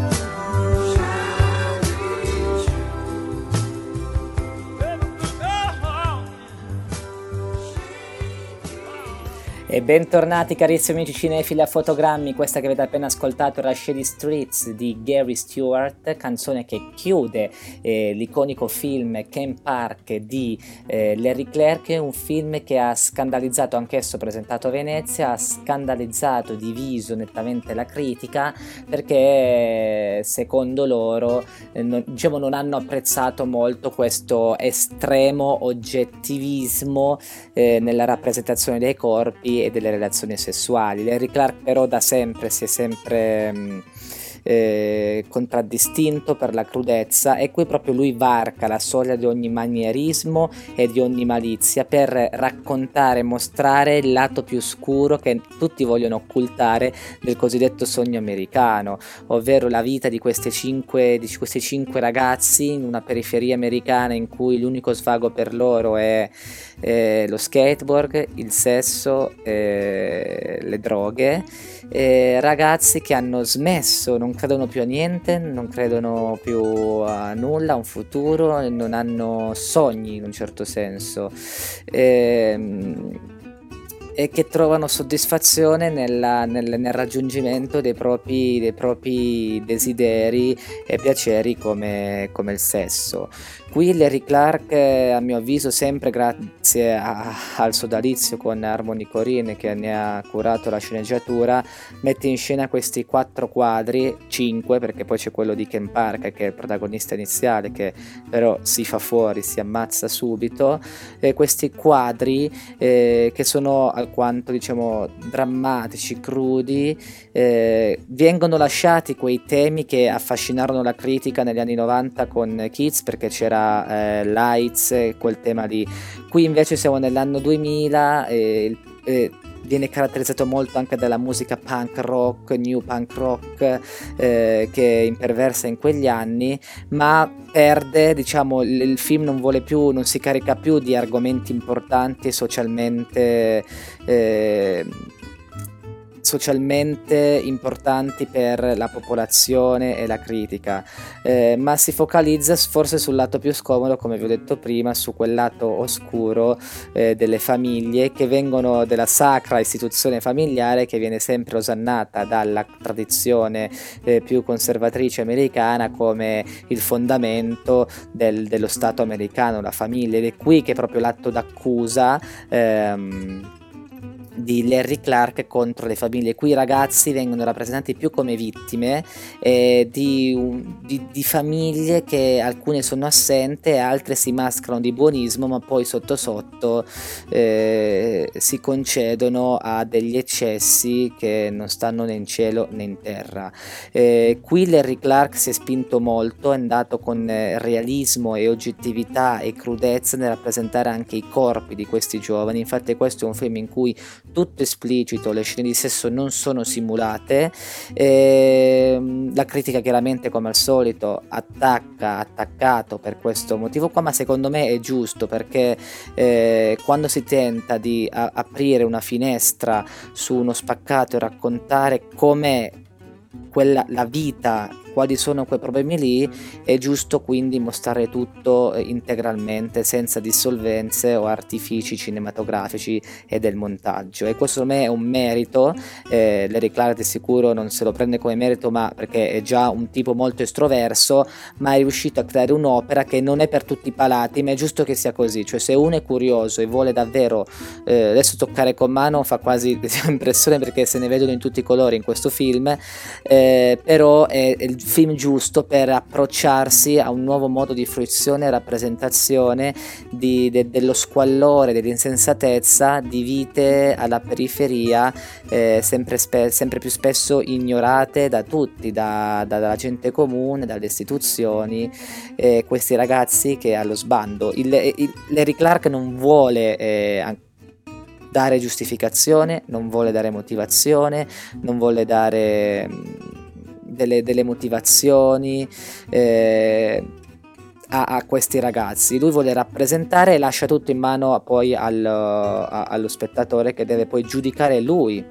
E bentornati carissimi amici cinefili a Fotogrammi. Questa che avete appena ascoltato era Shady Streets di Gary Stewart, canzone che chiude eh, l'iconico film Ken Park di eh, Larry Clark, un film che ha scandalizzato, anch'esso presentato a Venezia, ha scandalizzato, diviso nettamente la critica, perché secondo loro eh, non, diciamo, non hanno apprezzato molto questo estremo oggettivismo eh, nella rappresentazione dei corpi e delle relazioni sessuali. Larry Clark però da sempre si è sempre mh, eh, contraddistinto per la crudezza, e qui proprio lui varca la soglia di ogni manierismo e di ogni malizia per raccontare e mostrare il lato più scuro che tutti vogliono occultare del cosiddetto sogno americano, ovvero la vita di, queste cinque, di questi cinque ragazzi in una periferia americana in cui l'unico svago per loro è eh, lo skateboard, il sesso, eh, le droghe, eh, ragazzi che hanno smesso, non credono più a niente, non credono più a nulla, a un futuro, non hanno sogni in un certo senso, e, e che trovano soddisfazione nella, nel, nel raggiungimento dei propri, dei propri desideri e piaceri come, come il sesso. Qui Larry Clark, a mio avviso, sempre grazie a, al sodalizio con Harmony Korine, che ne ha curato la sceneggiatura, mette in scena questi quattro quadri, cinque, perché poi c'è quello di Ken Park che è il protagonista iniziale, che però si fa fuori, si ammazza subito, e questi quadri eh, che sono alquanto, diciamo, drammatici, crudi, eh, vengono lasciati quei temi che affascinarono la critica negli anni novanta con Kids, perché c'era Eh, Lights, quel tema lì. Qui invece siamo nell'anno duemila e, e viene caratterizzato molto anche dalla musica punk rock, new punk rock, eh, che imperversa in quegli anni, ma perde, diciamo, il, il film non vuole più, non si carica più di argomenti importanti socialmente eh, socialmente importanti per la popolazione e la critica, eh, ma si focalizza forse sul lato più scomodo, come vi ho detto prima, su quel lato oscuro eh, delle famiglie, che vengono della sacra istituzione familiare, che viene sempre osannata dalla tradizione eh, più conservatrice americana come il fondamento del, dello Stato americano, la famiglia, ed è qui che è proprio l'atto d'accusa ehm, di Larry Clark contro le famiglie. Qui i ragazzi vengono rappresentati più come vittime eh, di, un, di, di famiglie che alcune sono assenti e altre si mascherano di buonismo, ma poi sotto sotto eh, si concedono a degli eccessi che non stanno né in cielo né in terra. Eh, qui Larry Clark si è spinto molto, è andato con realismo e oggettività e crudezza nel rappresentare anche i corpi di questi giovani. Infatti questo è un film in cui tutto esplicito, le scene di sesso non sono simulate, e la critica chiaramente, come al solito, attacca, attaccato per questo motivo qua, ma secondo me è giusto, perché eh, quando si tenta di a- aprire una finestra su uno spaccato e raccontare com'è quella, la vita, quali sono quei problemi lì, è giusto quindi mostrare tutto integralmente, senza dissolvenze o artifici cinematografici e del montaggio, e questo secondo me è un merito. eh, Larry Clark di sicuro non se lo prende come merito, ma perché è già un tipo molto estroverso, ma è riuscito a creare un'opera che non è per tutti i palati, ma è giusto che sia così. Cioè, se uno è curioso e vuole davvero eh, adesso toccare con mano, fa quasi impressione, perché se ne vedono in tutti i colori in questo film, eh, però è, è il film giusto per approcciarsi a un nuovo modo di fruizione e rappresentazione di, de, dello squallore, dell'insensatezza di vite alla periferia, eh, sempre, spe, sempre più spesso ignorate da tutti, da, da, dalla gente comune, dalle istituzioni, eh, questi ragazzi che allo sbando. Il, il, Larry Clark non vuole eh, dare giustificazione, non vuole dare motivazione, non vuole dare delle, delle motivazioni eh, a, a questi ragazzi. Lui vuole rappresentare e lascia tutto in mano poi al, a, allo spettatore, che deve poi giudicare lui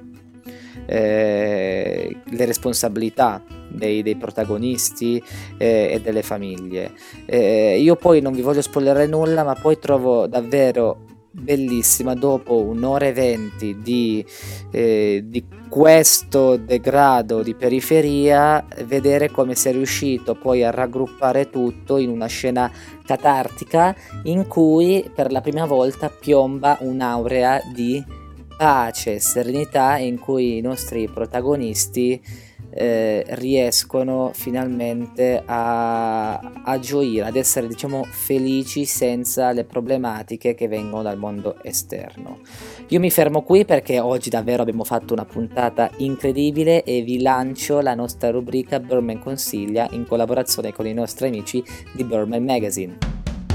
eh, le responsabilità dei, dei protagonisti eh, e delle famiglie. Eh, io poi non vi voglio spoilerare nulla, ma poi trovo davvero bellissima, dopo un'ora e venti di, eh, di questo degrado di periferia, vedere come si è riuscito poi a raggruppare tutto in una scena catartica in cui per la prima volta piomba un'aurea di pace e serenità, in cui i nostri protagonisti Eh, riescono finalmente a, a gioire, ad essere, diciamo, felici senza le problematiche che vengono dal mondo esterno. Io mi fermo qui perché oggi davvero abbiamo fatto una puntata incredibile e vi lancio la nostra rubrica Birdman Consiglia in collaborazione con i nostri amici di Birdman Magazine.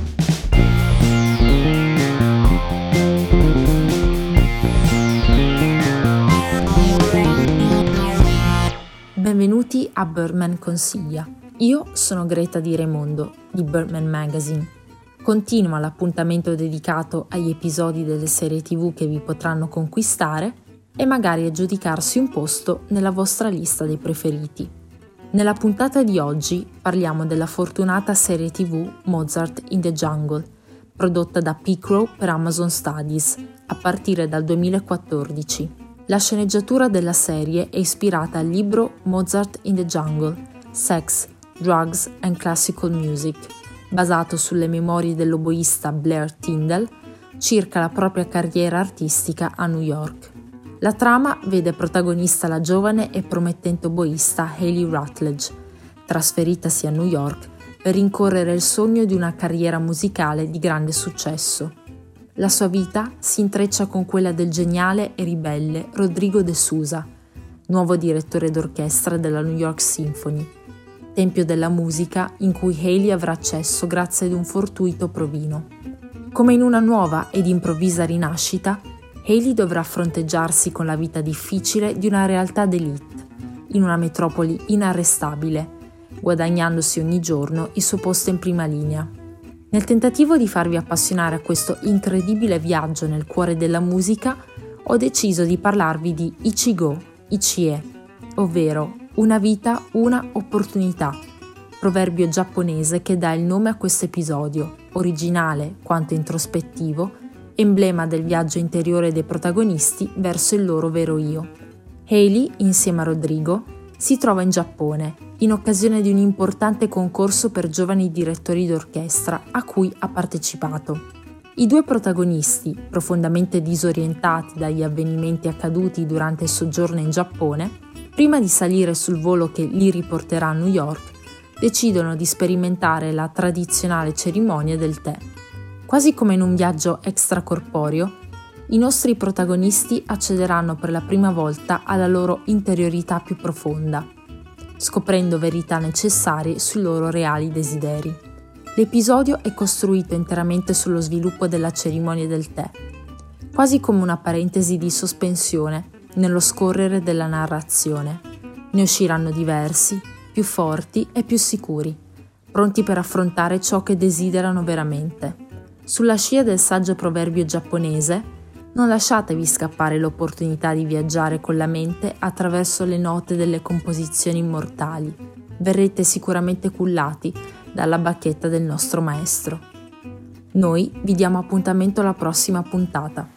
Benvenuti a Birdman Consiglia. Io sono Greta Di Raimondo di Birdman Magazine. Continua l'appuntamento dedicato agli episodi delle serie tivù che vi potranno conquistare e magari aggiudicarsi un posto nella vostra lista dei preferiti. Nella puntata di oggi parliamo della fortunata serie tivù Mozart in the Jungle, prodotta da Picrow per Amazon Studies a partire dal duemilaquattordici. La sceneggiatura della serie è ispirata al libro Mozart in the Jungle, Sex, Drugs and Classical Music, basato sulle memorie dell'oboista Blair Tyndall circa la propria carriera artistica a New York. La trama vede protagonista la giovane e promettente oboista Hayley Rutledge, trasferitasi a New York per rincorrere il sogno di una carriera musicale di grande successo. La sua vita si intreccia con quella del geniale e ribelle Rodrigo de Souza, nuovo direttore d'orchestra della New York Symphony, tempio della musica in cui Hayley avrà accesso grazie ad un fortuito provino. Come in una nuova ed improvvisa rinascita, Hayley dovrà fronteggiarsi con la vita difficile di una realtà d'élite, in una metropoli inarrestabile, guadagnandosi ogni giorno il suo posto in prima linea. Nel tentativo di farvi appassionare a questo incredibile viaggio nel cuore della musica, ho deciso di parlarvi di Ichigo, Ichie, ovvero una vita, una opportunità, proverbio giapponese che dà il nome a questo episodio, originale quanto introspettivo, emblema del viaggio interiore dei protagonisti verso il loro vero io. Hayley, insieme a Rodrigo, si trova in Giappone, in occasione di un importante concorso per giovani direttori d'orchestra a cui ha partecipato. I due protagonisti, profondamente disorientati dagli avvenimenti accaduti durante il soggiorno in Giappone, prima di salire sul volo che li riporterà a New York, decidono di sperimentare la tradizionale cerimonia del tè. Quasi come in un viaggio extracorporeo, i nostri protagonisti accederanno per la prima volta alla loro interiorità più profonda, scoprendo verità necessarie sui loro reali desideri. L'episodio è costruito interamente sullo sviluppo della cerimonia del tè, quasi come una parentesi di sospensione nello scorrere della narrazione. Ne usciranno diversi, più forti e più sicuri, pronti per affrontare ciò che desiderano veramente. Sulla scia del saggio proverbio giapponese, non lasciatevi scappare l'opportunità di viaggiare con la mente attraverso le note delle composizioni immortali. Verrete sicuramente cullati dalla bacchetta del nostro maestro. Noi vi diamo appuntamento alla prossima puntata.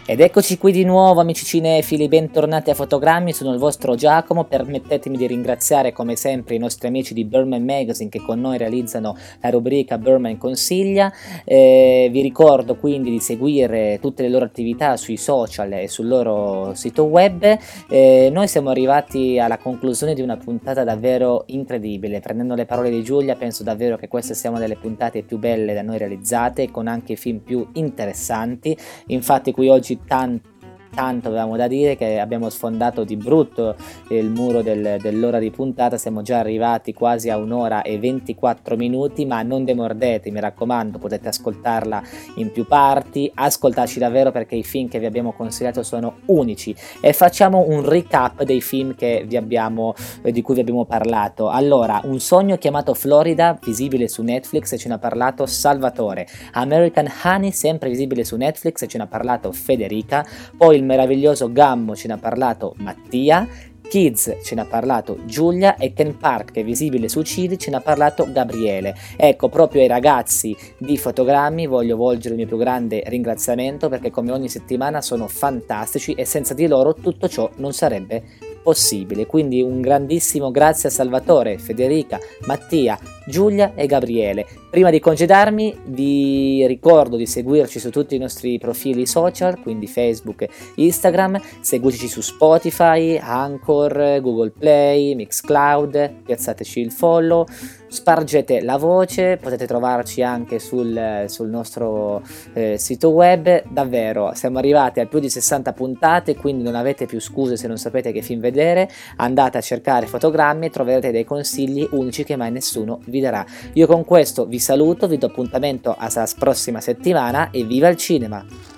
Ed eccoci qui di nuovo amici cinefili, bentornati a Fotogrammi, sono il vostro Giacomo. Permettetemi di ringraziare come sempre i nostri amici di Birdman Magazine che con noi realizzano la rubrica Birdman Consiglia. Eh, vi ricordo quindi di seguire tutte le loro attività sui social e sul loro sito web. Eh, noi siamo arrivati alla conclusione di una puntata davvero incredibile. Prendendo le parole di Giulia, penso davvero che queste siano delle puntate più belle da noi realizzate, con anche film più interessanti. Infatti qui oggi tanto tanto avevamo da dire che abbiamo sfondato di brutto il muro del, dell'ora di puntata, siamo già arrivati quasi a un'ora e ventiquattro minuti, ma non demordete, mi raccomando, potete ascoltarla in più parti, ascoltarci davvero perché i film che vi abbiamo consigliato sono unici. E facciamo un recap dei film che vi abbiamo, di cui vi abbiamo parlato. Allora, Un sogno chiamato Florida, visibile su Netflix e ce ne ha parlato Salvatore. American Honey, sempre visibile su Netflix e ce ne ha parlato Federica. Poi il meraviglioso Gammo ce ne ha parlato Mattia, Kids ce ne ha parlato Giulia e Ken Park, che è visibile su Cili, ce ne ha parlato Gabriele. Ecco, proprio ai ragazzi di Fotogrammi voglio volgere il mio più grande ringraziamento, perché come ogni settimana sono fantastici e senza di loro tutto ciò non sarebbe possibile. Quindi un grandissimo grazie a Salvatore, Federica, Mattia, Giulia e Gabriele. Prima di congedarmi vi ricordo di seguirci su tutti i nostri profili social, quindi Facebook e Instagram, seguiteci su Spotify, Anchor, Google Play, Mixcloud, piazzateci il follow, spargete la voce, potete trovarci anche sul, sul nostro eh, sito web. Davvero siamo arrivati a più di sessanta puntate, quindi non avete più scuse se non sapete che film vedere. Andate a cercare Fotogrammi e troverete dei consigli unici che mai nessuno vi darà. Io con questo vi saluto, vi do appuntamento alla prossima settimana e viva il cinema!